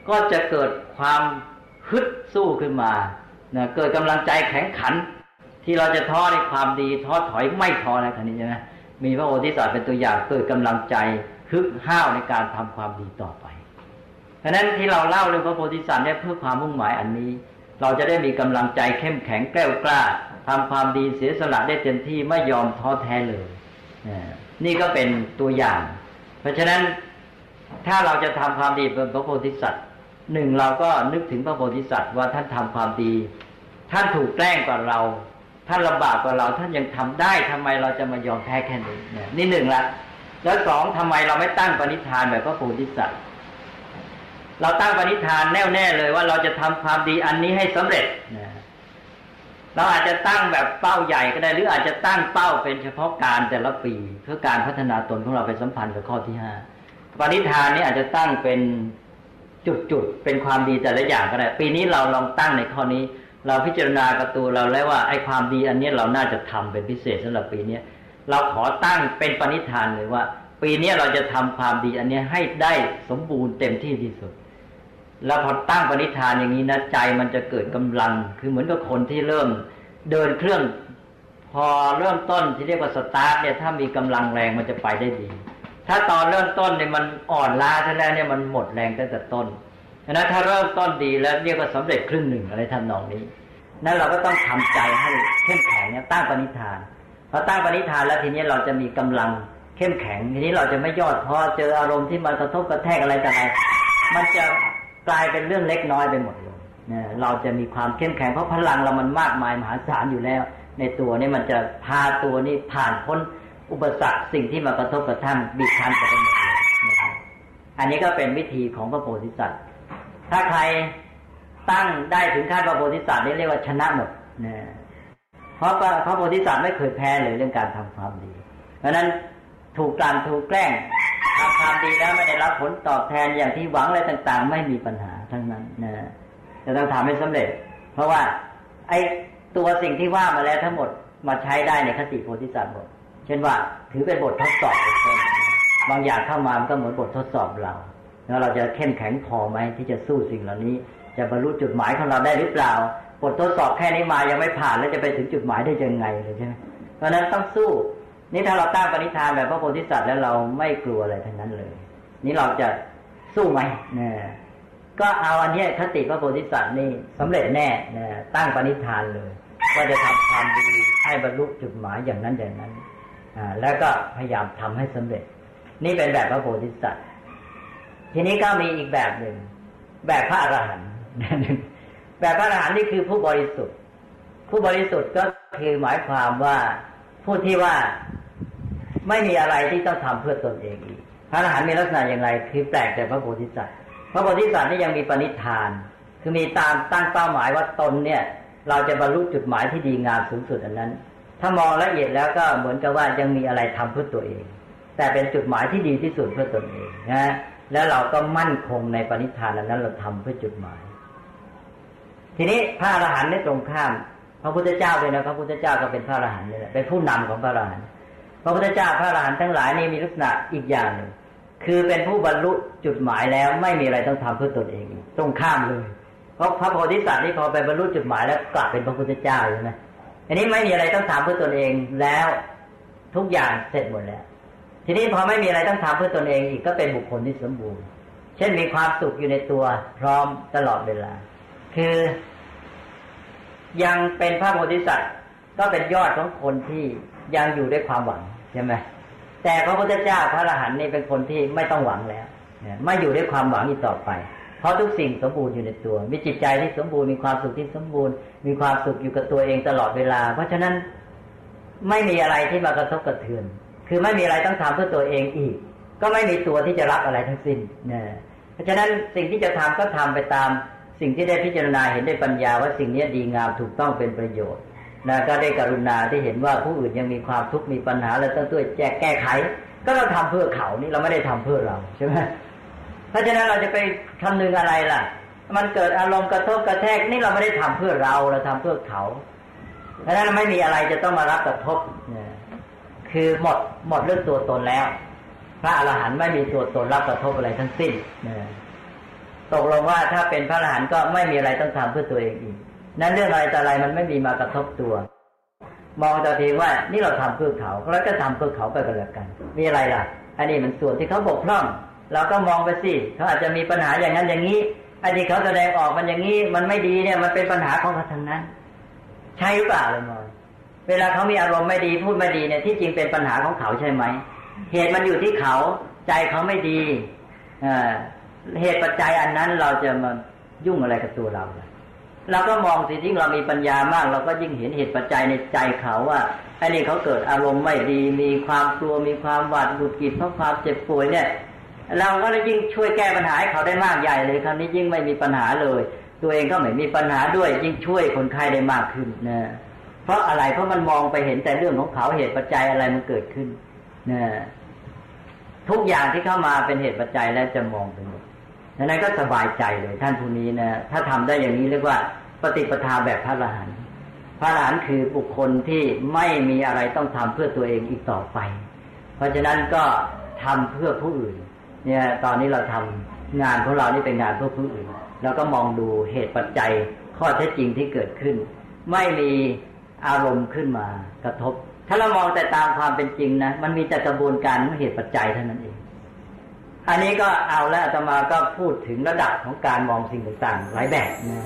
ก็จะเกิดความฮึดสู้ขึ้นมานะเกิดกำลังใจแข็งขันที่เราจะท้อในความดีท้อถอยไม่ท้อในขณะนี้ใช่ไหมมีพระโพธิสัตว์เป็นตัวอย่างเกิดกำลังใจฮึกห้าวในการทำความดีต่อไปเพราะนั้นที่เราเล่าเรื่องพระโพธิสัตว์เนี่ยเพื่อความมุ่งหมายอันนี้เราจะได้มีกำลังใจเข้มแข็งแกล้วกล้าทำความดีเสียสละได้เต็มที่ไม่ยอมท้อแท้เลยนี่ก็เป็นตัวอย่างเพราะฉะนั้นถ้าเราจะทำความดีเป็นพระโพธิสัตว์หนึ่งเราก็นึกถึงพระโพธิสัตว์ว่าท่านทำความดีท่านถูกแกล้งกว่าเราท่านลำบากกว่าเราท่านยังทำได้ทำไมเราจะมายอมแพ้แค่นี้เนี่ยนี่หนึ่งละแล้วสองทำไมเราไม่ตั้งปณิธานแบบพระโพธิสัตว์เราตั้งปณิธานแน่วแน่เลยว่าเราจะทำความดีอันนี้ให้สำเร็จนะเราอาจจะตั้งแบบเป้าใหญ่ก็ได้หรืออาจจะตั้งเป้าเป็นเฉพาะการแต่ละปีเพื่อการพัฒนาตนของเราไปสัมพันธ์กับข้อที่ห้าปณิธานนี้อาจจะตั้งเป็นจุดๆเป็นความดีแต่ละอย่างก็ได้ปีนี้เราลองตั้งในข้อนี้เราพิจารณากับตัวเราแล้วว่าไอ้ความดีอันนี้เราน่าจะทำเป็นพิเศษสำหรับปีนี้เราขอตั้งเป็นปณิธานเลยว่าปีนี้เราจะทำความดีอันนี้ให้ได้สมบูรณ์เต็มที่ที่สุดแล้วพอตั้งปณิธานอย่างนี้นะใจมันจะเกิดกำลังคือเหมือนกับคนที่เริ่มเดินเครื่องพอเริ่มต้นที่เรียกว่าสตาร์ทเนี่ยถ้ามีกำลังแรงมันจะไปได้ดีถ้าตอนเริ่มต้นเนี่ยมันอ่อนล้าซะแล้วเนี่ยมันหมดแรงตั้งแต่ต้นฉะนั้นถ้าเริ่มต้นดีแล้วเรียกว่าสำเร็จครึ่งหนึ่งอะไรทำนองนี้นั้นเราก็ต้องทำใจให้เข้มแข็งเนี่ยตั้งปณิธานพอตั้งปณิธานแล้วทีนี้เราจะมีกำลังเข้มแข็งทีนี้เราจะไม่ย่อท้อเจออารมณ์ที่มันกระทบกระแทกอะไรต่างๆมันจะกลายเป็นเรื่องเล็กน้อยไปหมดเลยเนี่ยเราจะมีความเข้มแข็งเพราะพลังเรามันมากมายมหาศาลอยู่แล้วในตัวนี้มันจะพาตัวนี้ผ่านพ้นอุปสรรคสิ่งที่มากระทบกระทั่งบีบคั้นไปหมดเลยนะครับอันนี้ก็เป็นวิธีของพระโพธิสัตว์ถ้าใครตั้งได้ถึงขั้นพระโพธิสัตว์นี่เรียกว่าชนะหมดนะเพราะพระโพธิสัตว์ไม่เคยแพ้เลยเรื่องการทำความดีเพราะนั้นถูกกลั่นถูกแกล้งทำความดีแล้วไม่ได้รับผลตอบแทนอย่างที่หวังอะไรต่างๆไม่มีปัญหาทั้งนั้นนะจะต้องทำให้สำเร็จเพราะว่าไอ้ตัวสิ่งที่ว่ามาแล้วทั้งหมดมาใช้ได้ในคติโพธิสัตว์หมดเช่นว่าถือเป็นบททดสอบเป็นต้นบางอย่างเข้ามามันก็เหมือนบททดสอบเราแล้วเราจะเข้มแข็งพอไหมที่จะสู้สิ่งเหล่านี้จะบรรลุจุดหมายของเราได้หรือเปล่าบททดสอบแค่นี้มายังไม่ผ่านแล้วจะไปถึงจุดหมายได้ยังไงเลยใช่ไหมเพราะนั้นต้องสู้นี่ถ้าเราตั้งปณิธานแบบพระโพธิสัตว์แล้วเราไม่กลัวอะไรทั้งนั้นเลยนี่เราจะสู้ไหมเนี่ยก็เอาอันนี้คติพระโพธิสัตว์นี่สำเร็จแน่เนี่ยตั้งปณิธานเลยว่าจะทำความดีให้บรรลุจุดหมายอย่างนั้นอย่างนั้นอ่าแล้วก็พยายามทำให้สำเร็จนี่เป็นแบบพระโพธิสัตว์ทีนี้ก็มีอีกแบบหนึ่งแบบพระอรหันต์แบบพระอรหันต์นี่คือผู้บริสุทธิ์ผู้บริสุทธิ์ก็คือหมายความว่าผู้ที่ว่าไม่มีอะไรที่ต้องทำเพื่อตนเองอีกพระอรหันต์มีลักษณะอย่างไรคือแปลกจากพระโพธิสัตว์พระโพธิสัตว์นี่ยังมีปณิธานคือมีตามตั้งเป้าหมายว่าตนเนี่ยเราจะบรรลุจุดหมายที่ดีงามสูงสุดอันนั้นถ้ามองละเอียดแล้วก็เหมือนกับว่ายังมีอะไรทำเพื่อตัวเองแต่เป็นจุดหมายที่ดีที่สุดเพื่อตนเองนะแล้วเราก็มั่นคงในปณิธานอันนั้นเราทำเพื่อจุดหมายทีนี้พระอรหันต์นี่ตรงข้ามพระพุทธเจ้าเลยนะพระพุทธเจ้าก็เป็นพระอรหันต์นี่แหละเป็นผู้นำของพระอรหันต์พระพุทธเจ้าพระอรหันต์ทั้งหลายนี่มีลักษณะอีกอย่างหนึ่งคือเป็นผู้บรรลุจุดหมายแล้วไม่มีอะไรต้องทำเพื่อตนเองตรงข้ามเลยเพราะพระโพธิสัตว์นี่พอไปบรรลุจุดหมายแล้วกลับเป็นพระพุทธเจ้าใช่ไหมอันนี้ไม่มีอะไรต้องทำเพื่อตนเองแล้วทุกอย่างเสร็จหมดแล้วทีนี้พอไม่มีอะไรต้องทำเพื่อตนเองอีกก็เป็นบุคคลที่สมบูรณ์เช่นมีความสุขอยู่ในตัวพร้อมตลอดเวลาคือยังเป็นพระโพธิสัตว์ก็เป็นยอดของคนที่ยังอยู่ด้วยความหวังใช่ไหมแต่พระพุทธเจ้าพระอรหันต์นี่เป็นคนที่ไม่ต้องหวังแล้วไม่อยู่ด้วยความหวังอีกต่อไปเพราะทุกสิ่งสมบูรณ์อยู่ในตัวมีจิตใจที่สมบูรณ์มีความสุขที่สมบูรณ์มีความสุขอยู่กับตัวเองตลอดเวลาเพราะฉะนั้นไม่มีอะไรที่มากระทบกระเทือนคือไม่มีอะไรต้องทำเพื่อตัวเองอีกก็ไม่มีตัวที่จะรับอะไรทั้งสิ้นนะเพราะฉะนั้นสิ่งที่จะทำก็ทำไปตามสิ่งที่ได้พิจารณาเห็นได้ปัญญาว่าสิ่งนี้ดีงามถูกต้องเป็นประโยชน์นะก็ได้กรุณาที่เห็นว่าผู้อื่นยังมีความทุกข์มีปัญหาแล้วต้องช่วยแก้แก้ไขก็เราทำเพื่อเขานี่เราไม่ได้ทำเพื่อเราใช่ไหมเพราะฉะนั้นเราจะไปคำนึงอะไรล่ะมันเกิดอารมณ์กระทบกระแทกนี่เราไม่ได้ทำเพื่อเราเราทำเพื่อเขาเพราะฉะนั้นไม่มีอะไรจะต้องมารับกระทบคือหมดหมดเรื่องตัวตนแล้วพระอรหันต์ไม่มีตัวตนรับกระทบอะไรทั้งสิ้นเพตกลงว่าถ้าเป็นพระอรหันต์ก็ไม่มีอะไรต้องทำเพื่อตัวเองอีกนั้นเรื่องอะไรแต่อะไรมันไม่มีมากระทบตัวมองตัวทีว่านี่เราทำเพื่อเขาแล้วก็ทำเพื่อเขาไปกันแล้วกันมีอะไรล่ะอันนี้มันส่วนที่เขาบกพร่องเราก็มองไปสิเขาอาจจะมีปัญหาอย่างนั้นอย่างนี้ไอ้ที่เขาแสดงออกมันอย่างนี้มันไม่ดีเนี่ยมันเป็นปัญหาของเขาทั้งนั้นใช่หรือเปล่าเลยมอยเวลาเขามีอารมณ์ไม่ดีพูดไม่ดีเนี่ยที่จริงเป็นปัญหาของเขาใช่ไหมเหตุมันอยู่ที่เขาใจเขาไม่ดีอ่าเหตุปัจจัยอันนั้นเราจะมายุ่งอะไรกับตัวเราเราก็มองสิยิ่งเรามีปัญญามากเราก็ยิ่งเห็นเหตุปัจจัยในใจเขาว่าไอ้นี่เขาเกิดอารมณ์ไม่ดีมีความกลัวมีความหวาดหงุดหงิดเพราะความเจ็บป่วยเนี่ยเราก็เลยยิ่งช่วยแก้ปัญหาให้เขาได้มากใหญ่เลยคราวนี้ยิ่งไม่มีปัญหาเลยตัวเองก็ไม่มีปัญหาด้วยยิ่งช่วยคนไข้ได้มากขึ้นนะเพราะอะไรเพราะมันมองไปเห็นแต่เรื่องของเขาเหตุปัจจัยอะไรมันเกิดขึ้นนะทุกอย่างที่เข้ามาเป็นเหตุปัจจัยแล้วจะมองไปหมดดังนั้นก็สบายใจเลยท่านผู้นี้นะถ้าทำได้อย่างนี้เรียกว่าปฏิปทาแบบพระอรหันต์พระอรหันต์คือบุคคลที่ไม่มีอะไรต้องทำเพื่อตัวเองอีกต่อไปเพราะฉะนั้นก็ทำเพื่อผู้อื่นเนี่ยตอนนี้เราทำงานของเรานี่เป็นงานเพื่อผู้อื่นแล้วก็มองดูเหตุปัจจัยข้อเท็จจริงที่เกิดขึ้นไม่มีอารมณ์ขึ้นมากระทบถ้าเรามองแต่ตามความเป็นจริงนะมันมีแต่กระบวนการของเหตุปัจจัยเท่านั้นเองอันนี้ก็เอาแล้วอาตมาก็พูดถึงระดับของการมองสิ่งต่างๆหลายแบบนะ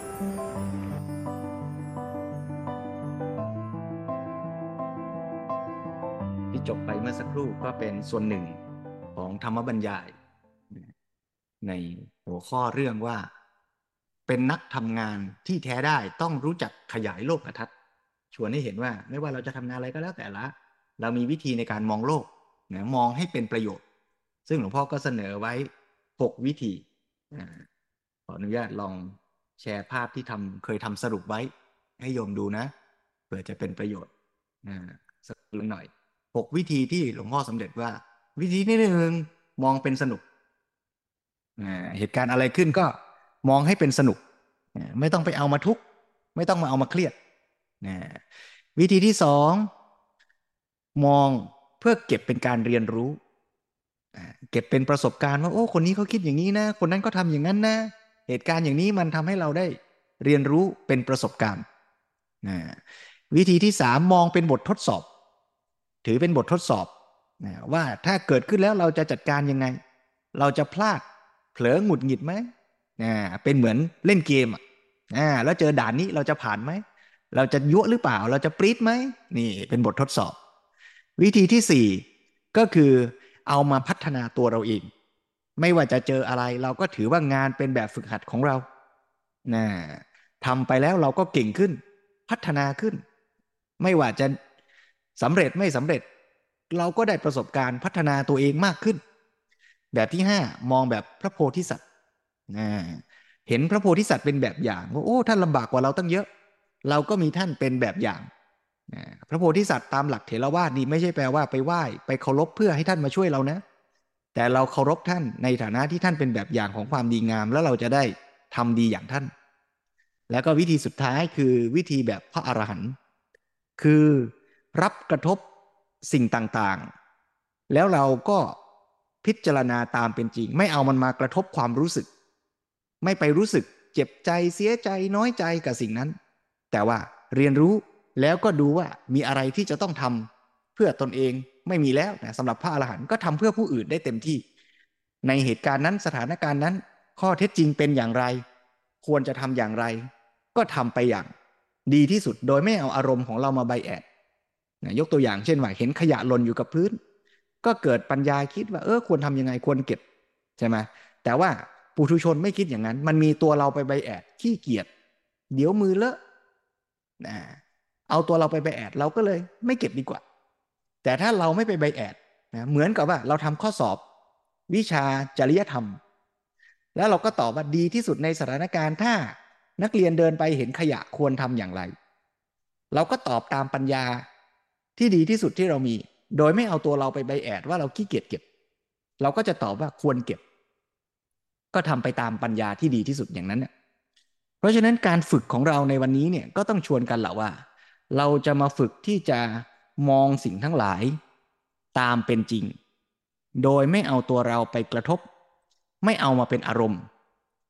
ที่จบไปเมื่อสักครู่ก็เป็นส่วนหนึ่งของธรรมบรรยายในหัวข้อเรื่องว่าเป็นนักทำงานที่แท้ได้ต้องรู้จักขยายโลกทัศน์ชวนให้เห็นว่าไม่ว่าเราจะทำงานอะไรก็แล้วแต่ละเรามีวิธีในการมองโลกนะมองให้เป็นประโยชน์ซึ่งหลวงพ่อก็เสนอไว้หกวิธีขออนุญาตลองแชร์ภาพที่ทำเคยทำสรุปไว้ให้โยมดูนะเผื่อจะเป็นประโยชน์สักหน่อยหกวิธีที่หลวงพ่อสำเร็จว่าวิธีที่หนึ่งมองเป็นสนุกเหตุการณ์อะไรขึ้นก็มองให้เป็นสนุกไม่ต้องไปเอามาทุกข์ไม่ต้องมาเอามาเครียดวิธีที่สองมองเพื่อเก็บเป็นการเรียนรู้เก็บเป็นประสบการณ์ว่าโอ้คนนี้เขาคิดอย่างนี้นะคนนั้นก็ทำอย่างนั้นนะเหตุการณ์อย่างนี้มันทำให้เราได้เรียนรู้เป็นประสบการณ์วิธีที่สามมองเป็นบททดสอบถือเป็นบททดสอบว่าถ้าเกิดขึ้นแล้วเราจะจัดการยังไงเราจะพลาดเผลอหงุดหงิดไหมเป็นเหมือนเล่นเกมอ่าแล้วเจอด่านนี้เราจะผ่านไหมเราจะยั่วหรือเปล่าเราจะปรี๊ดไหมนี่เป็นบททดสอบวิธีที่สี่ก็คือเอามาพัฒนาตัวเราเองไม่ว่าจะเจออะไรเราก็ถือว่างานเป็นแบบฝึกหัดของเรานะทำไปแล้วเราก็เก่งขึ้นพัฒนาขึ้นไม่ว่าจะสำเร็จไม่สำเร็จเราก็ได้ประสบการณ์พัฒนาตัวเองมากขึ้นแบบที่ห้ามองแบบพระโพธิสัตว์นะเห็นพระโพธิสัตว์เป็นแบบอย่างว่าโอ้ท่านลำบากกว่าเราตั้งเยอะเราก็มีท่านเป็นแบบอย่างนะพระโพธิสัตว์ตามหลักเถรวาทนี่ไม่ใช่แปลว่าไปไหว้ไปเคารพเพื่อให้ท่านมาช่วยเรานะแต่เราเคารพท่านในฐานะที่ท่านเป็นแบบอย่างของความดีงามแล้วเราจะได้ทำดีอย่างท่านแล้วก็วิธีสุดท้ายคือวิธีแบบพระอรหันต์คือรับกระทบสิ่งต่างๆแล้วเราก็พิจารณาตามเป็นจริงไม่เอามันมากระทบความรู้สึกไม่ไปรู้สึกเจ็บใจเสียใจน้อยใจกับสิ่งนั้นแต่ว่าเรียนรู้แล้วก็ดูว่ามีอะไรที่จะต้องทำเพื่อตนเองไม่มีแล้วนะสำหรับพระอรหันต์ก็ทำเพื่อผู้อื่นได้เต็มที่ในเหตุการณ์นั้นสถานการณ์นั้นข้อเท็จจริงเป็นอย่างไรควรจะทำอย่างไรก็ทำไปอย่างดีที่สุดโดยไม่เอาอารมณ์ของเรามาไบแอดนะยกตัวอย่างเช่นว่าเห็นขยะหล่นอยู่กับพื้นก็เกิดปัญญาคิดว่าเออควรทำยังไงควรเก็บใช่ไหมแต่ว่าปุถุชนไม่คิดอย่างนั้นมันมีตัวเราไปไบแอดขี้เกียจเดี๋ยวมือเลอะนะเอาตัวเราไปไบแอดเราก็เลยไม่เก็บดีกว่าแต่ถ้าเราไม่ไปไบแอดนะเหมือนกับว่าเราทำข้อสอบวิชาจริยธรรมแล้วเราก็ตอบว่าดีที่สุดในสถานการณ์ถ้านักเรียนเดินไปเห็นขยะควรทำอย่างไรเราก็ตอบตามปัญญาที่ดีที่สุดที่เรามีโดยไม่เอาตัวเราไปไบแอดว่าเราขี้เกียจเก็บเราก็จะตอบว่าควรเก็บก็ทำไปตามปัญญาที่ดีที่สุดอย่างนั้นเนี่ยเพราะฉะนั้นการฝึกของเราในวันนี้เนี่ยก็ต้องชวนกันแหละว่าเราจะมาฝึกที่จะมองสิ่งทั้งหลายตามเป็นจริงโดยไม่เอาตัวเราไปกระทบไม่เอามาเป็นอารมณ์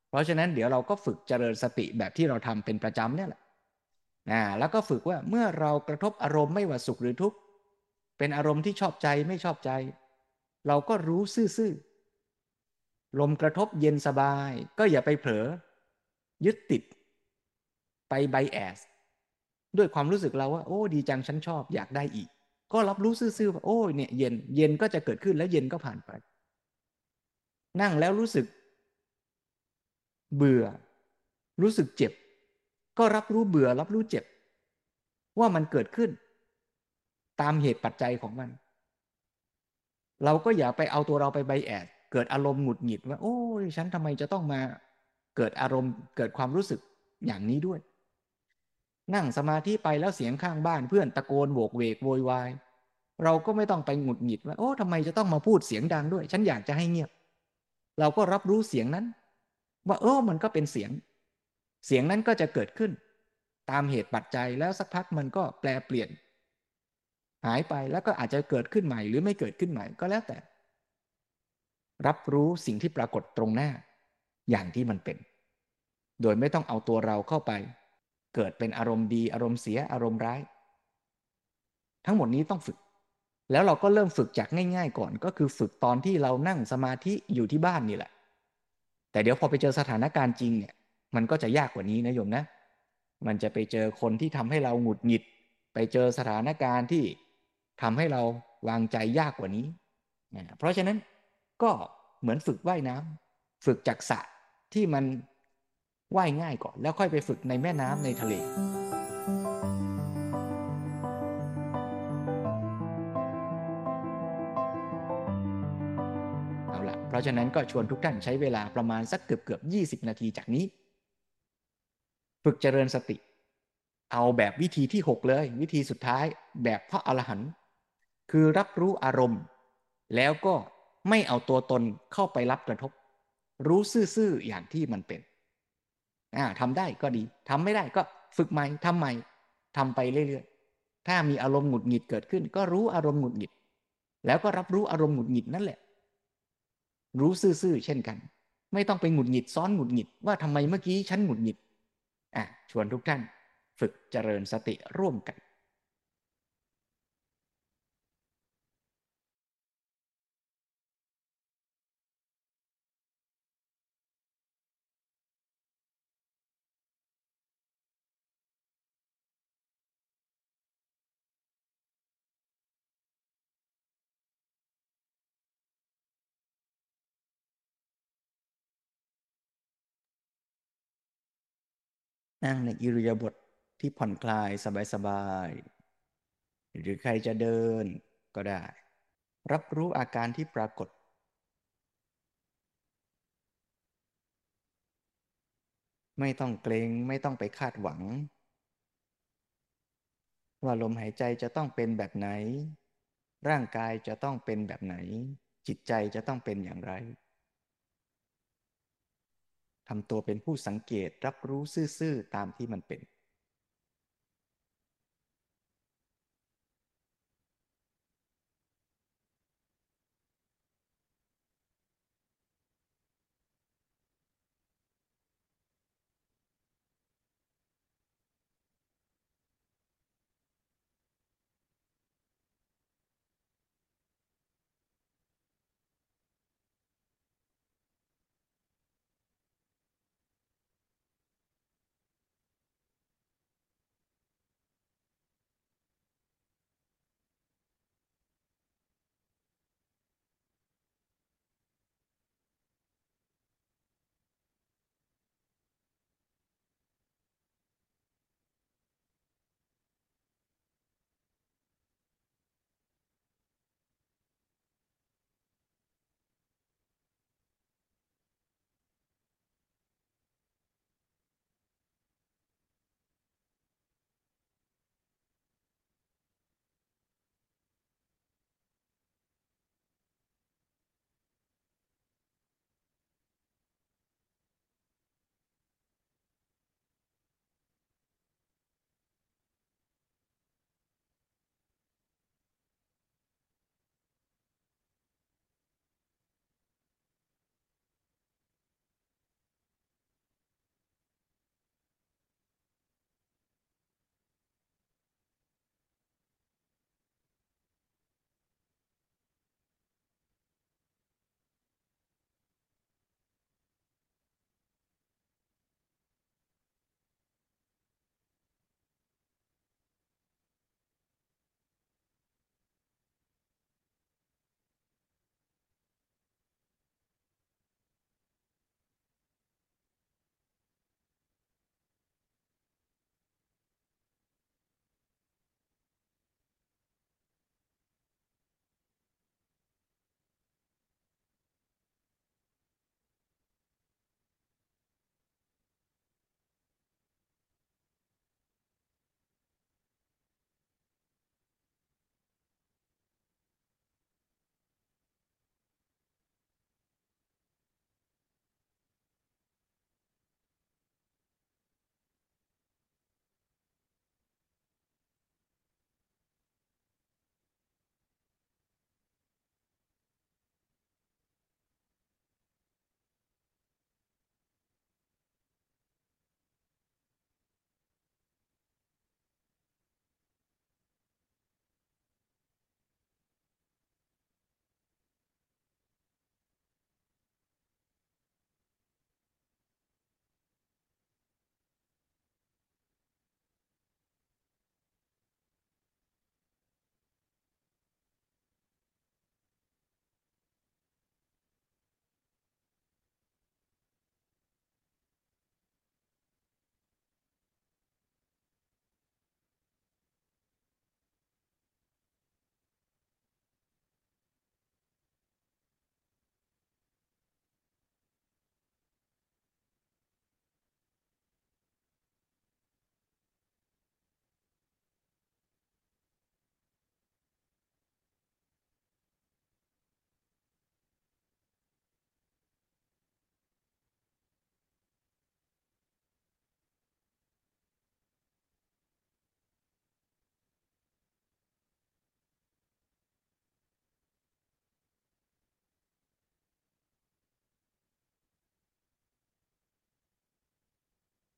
เพราะฉะนั้นเดี๋ยวเราก็ฝึกเจริญสติแบบที่เราทำเป็นประจำเนี่ยแหละอ่าแล้วก็ฝึกว่าเมื่อเรากระทบอารมณ์ไม่ว่าสุขหรือทุกข์เป็นอารมณ์ที่ชอบใจไม่ชอบใจเราก็รู้ซื่อๆลมกระทบเย็นสบายก็อย่าไปเผลอยึดติดไปไบแอสด้วยความรู้สึกเราว่าโอ้ดีจังฉันชอบอยากได้อีกก็รับรู้ซื่อๆว่าโอ้เนี่ยเย็นเย็นก็จะเกิดขึ้นแล้วเย็นก็ผ่านไปนั่งแล้วรู้สึกเบื่อรู้สึกเจ็บก็รับรู้เบื่อรับรู้เจ็บว่ามันเกิดขึ้นตามเหตุปัจจัยของมันเราก็อย่าไปเอาตัวเราไปไบแอสเกิดอารมณ์หงุดหงิดว่าโอ้ยฉันทำไมจะต้องมาเกิดอารมณ์เกิดความรู้สึกอย่างนี้ด้วยนั่งสมาธิไปแล้วเสียงข้างบ้านเพื่อนตะโกนโวกเวกโวยวายเราก็ไม่ต้องไปหงุดหงิดว่าโอ้ทำไมจะต้องมาพูดเสียงดังด้วยฉันอยากจะให้เงียบเราก็รับรู้เสียงนั้นว่าเออมันก็เป็นเสียงเสียงนั้นก็จะเกิดขึ้นตามเหตุปัจจัยแล้วสักพักมันก็แปลเปลี่ยนหายไปแล้วก็อาจจะเกิดขึ้นใหม่หรือไม่เกิดขึ้นใหม่ก็แล้วแต่รับรู้สิ่งที่ปรากฏตรงหน้าอย่างที่มันเป็นโดยไม่ต้องเอาตัวเราเข้าไปเกิดเป็นอารมณ์ดีอารมณ์เสียอารมณ์ร้ายทั้งหมดนี้ต้องฝึกแล้วเราก็เริ่มฝึกจากง่ายๆก่อนก็คือฝึกตอนที่เรานั่งสมาธิอยู่ที่บ้านนี่แหละแต่เดี๋ยวพอไปเจอสถานการณ์จริงเนี่ยมันก็จะยากกว่านี้นะโยมนะมันจะไปเจอคนที่ทำให้เราหงุดหงิดไปเจอสถานการณ์ที่ทำให้เราวางใจยากกว่านี้เพราะฉะนั้นก็เหมือนฝึกว่ายน้ำฝึกจากสระที่มันว่ายง่ายก่อนแล้วค่อยไปฝึกในแม่น้ำในทะเลเอาละเพราะฉะนั้นก็ชวนทุกท่านใช้เวลาประมาณสักเกือบเกือบยี่สิบนาทีจากนี้ฝึกเจริญสติเอาแบบวิธีที่หกเลยวิธีสุดท้ายแบบพระอรหันต์คือรับรู้อารมณ์แล้วก็ไม่เอาตัวตนเข้าไปรับกระทบรู้ซื่อๆอย่างที่มันเป็นอ่าทำได้ก็ดีทำไม่ได้ก็ฝึกใหม่ทำใหม่ทำไปเรื่อยๆถ้ามีอารมณ์หงุดหงิดเกิดขึ้นก็รู้อารมณ์หงุดหงิดแล้วก็รับรู้อารมณ์หงุดหงิดนั่นแหละรู้ซื่อๆเช่นกันไม่ต้องไปหงุดหงิดซ้อนหงุดหงิดว่าทำไมเมื่อกี้ฉันหงุดหงิดอ่ะชวนทุกท่านฝึกเจริญสติร่วมกันนั่งในอิริยาบถที่ผ่อนคลายสบายๆหรือใครจะเดินก็ได้รับรู้อาการที่ปรากฏไม่ต้องเกรงไม่ต้องไปคาดหวังว่าลมหายใจจะต้องเป็นแบบไหนร่างกายจะต้องเป็นแบบไหนจิตใจจะต้องเป็นอย่างไรทำตัวเป็นผู้สังเกตรับรู้ซื่อๆตามที่มันเป็น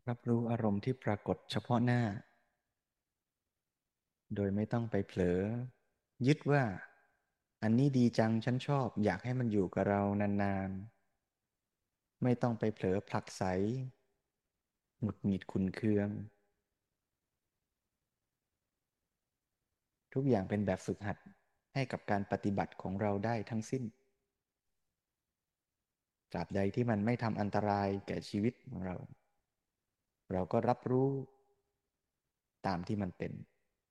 รับรู้อารมณ์ที่ปรากฏเฉพาะหน้าโดยไม่ต้องไปเผลอยึดว่าอันนี้ดีจังฉันชอบอยากให้มันอยู่กับเรานานๆไม่ต้องไปเผลอผลักไสหงุดหงิดขุ่นเคืองทุกอย่างเป็นแบบฝึกหัดให้กับการปฏิบัติของเราได้ทั้งสิ้นตราบใดที่มันไม่ทำอันตรายแก่ชีวิตของเราเราก็รับรู้ตามที่มันเป็น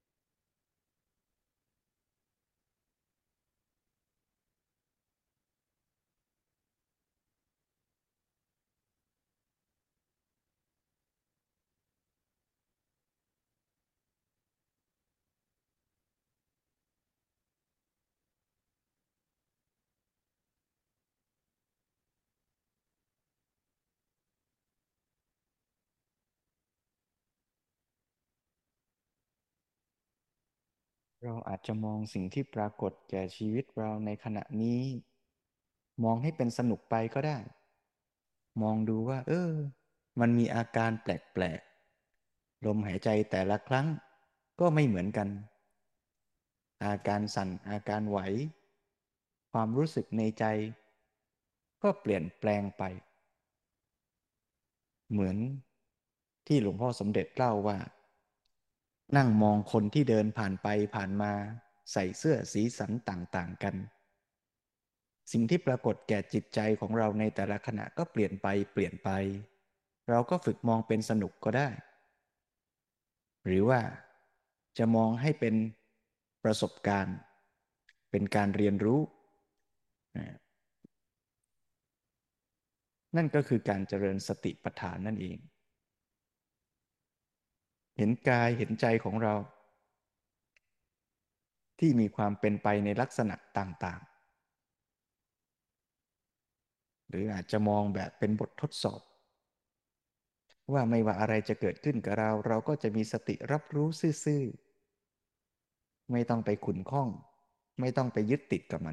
เราอาจจะมองสิ่งที่ปรากฏแก่ชีวิตเราในขณะนี้มองให้เป็นสนุกไปก็ได้มองดูว่าเออมันมีอาการแปลกๆลมหายใจแต่ละครั้งก็ไม่เหมือนกันอาการสั่นอาการไหวความรู้สึกในใจก็เปลี่ยนแปลงไปเหมือนที่หลวงพ่อสมเด็จเล่าว่านั่งมองคนที่เดินผ่านไปผ่านมาใส่เสื้อสีสันต่างๆกันสิ่งที่ปรากฏแก่จิตใจของเราในแต่ละขณะก็เปลี่ยนไปเปลี่ยนไปเราก็ฝึกมองเป็นสนุกก็ได้หรือว่าจะมองให้เป็นประสบการณ์เป็นการเรียนรู้นั่นก็คือการเจริญสติปัฏฐานนั่นเองเห็นกายเห็นใจของเราที่มีความเป็นไปในลักษณะต่างๆหรืออาจจะมองแบบเป็นบททดสอบว่าไม่ว่าอะไรจะเกิดขึ้นกับเราเราก็จะมีสติรับรู้ซื่อๆไม่ต้องไปขุ่นข้องไม่ต้องไปยึดติดกับมัน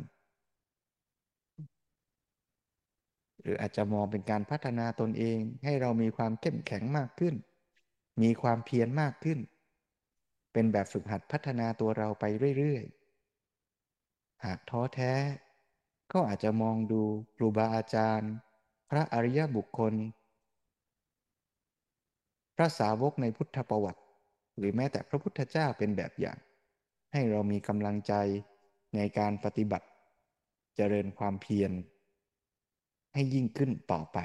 หรืออาจจะมองเป็นการพัฒนาตนเองให้เรามีความเข้มแข็งมากขึ้นมีความเพียรมากขึ้นเป็นแบบฝึกหัดพัฒนาตัวเราไปเรื่อยๆหากท้อแท้ก็อาจจะมองดูครูบาอาจารย์พระอริยบุคคลพระสาวกในพุทธประวัติหรือแม้แต่พระพุทธเจ้าเป็นแบบอย่างให้เรามีกำลังใจในการปฏิบัติเจริญความเพียรให้ยิ่งขึ้นต่อไป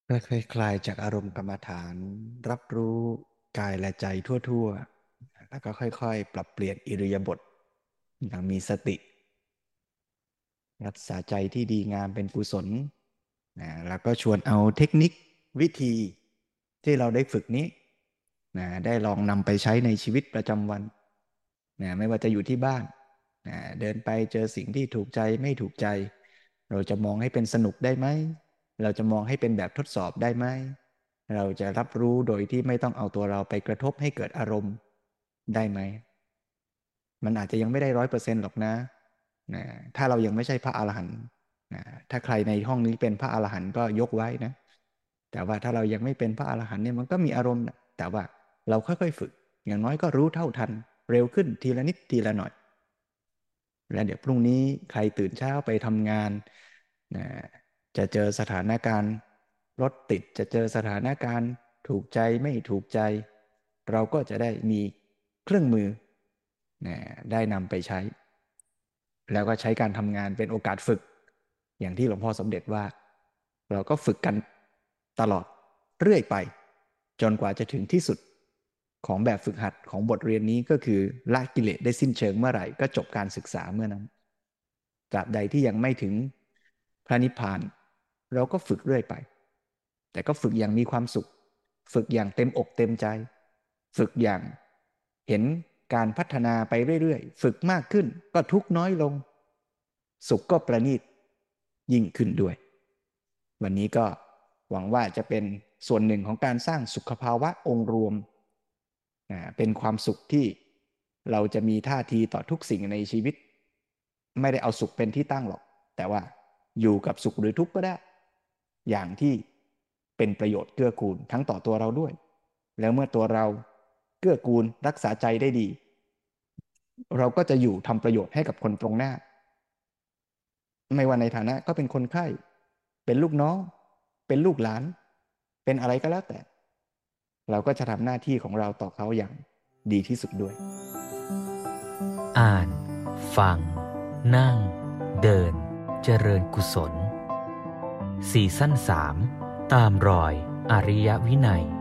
ค่อยๆคลายจากอารมณ์กรรมฐานรับรู้กายและใจทั่วๆแล้วก็ค่อยๆปรับเปลี่ยนอิริยาบถอย่างมีสติรักษาใจที่ดีงามเป็นกุศลนะแล้วก็ชวนเอาเทคนิควิธีที่เราได้ฝึกนี้นะได้ลองนำไปใช้ในชีวิตประจำวันนะไม่ว่าจะอยู่ที่บ้านนะเดินไปเจอสิ่งที่ถูกใจไม่ถูกใจเราจะมองให้เป็นสนุกได้ไหมเราจะมองให้เป็นแบบทดสอบได้ไหมเราจะรับรู้โดยที่ไม่ต้องเอาตัวเราไปกระทบให้เกิดอารมณ์ได้ไหมมันอาจจะยังไม่ได้ร้อยเปอร์เซ็นต์หรอกนะนะถ้าเรายังไม่ใช่พระอรหันต์นะถ้าใครในห้องนี้เป็นพระอรหันต์ก็ยกไว้นะแต่ว่าถ้าเรายังไม่เป็นพระอรหันต์เนี่ยมันก็มีอารมณ์นะแต่ว่าเราค่อยๆฝึกอย่างน้อยก็รู้เท่าทันเร็วขึ้นทีละนิดทีละหน่อยแล้วเดี๋ยวพรุ่งนี้ใครตื่นเช้าไปทำงานนะจะเจอสถานการณ์รถติดจะเจอสถานการณ์ถูกใจไม่ถูกใจเราก็จะได้มีเครื่องมือนะได้นำไปใช้แล้วก็ใช้การทำงานเป็นโอกาสฝึกอย่างที่หลวงพ่อสมเด็จว่าเราก็ฝึกกันตลอดเรื่อยไปจนกว่าจะถึงที่สุดของแบบฝึกหัดของบทเรียนนี้ก็คือละกิเลสได้สิ้นเชิงเมื่อไหร่ก็จบการศึกษาเมื่อนั้นตราบใดที่ยังไม่ถึงพระนิพพานเราก็ฝึกเรื่อยไปแต่ก็ฝึกอย่างมีความสุขฝึกอย่างเต็มอกเต็มใจฝึกอย่างเห็นการพัฒนาไปเรื่อยๆฝึกมากขึ้นก็ทุกข์น้อยลงสุขก็ประณีตยิ่งขึ้นด้วยวันนี้ก็หวังว่าจะเป็นส่วนหนึ่งของการสร้างสุขภาวะองค์รวมเป็นความสุขที่เราจะมีท่าทีต่อทุกสิ่งในชีวิตไม่ได้เอาสุขเป็นที่ตั้งหรอกแต่ว่าอยู่กับสุขหรือทุกข์ก็ได้อย่างที่เป็นประโยชน์เกื้อกูลทั้งต่อตัวเราด้วยแล้วเมื่อตัวเราเกื้อกูลรักษาใจได้ดีเราก็จะอยู่ทำประโยชน์ให้กับคนตรงหน้าไม่ว่าในฐานะก็เป็นคนไข้เป็นลูกน้องเป็นลูกหลานเป็นอะไรก็แล้วแต่เราก็จะทำหน้าที่ของเราต่อเขาอย่างดีที่สุดด้วยอ่านฟังนั่งเดินเจริญกุศลซีซั่นสามตามรอยอริยวินัย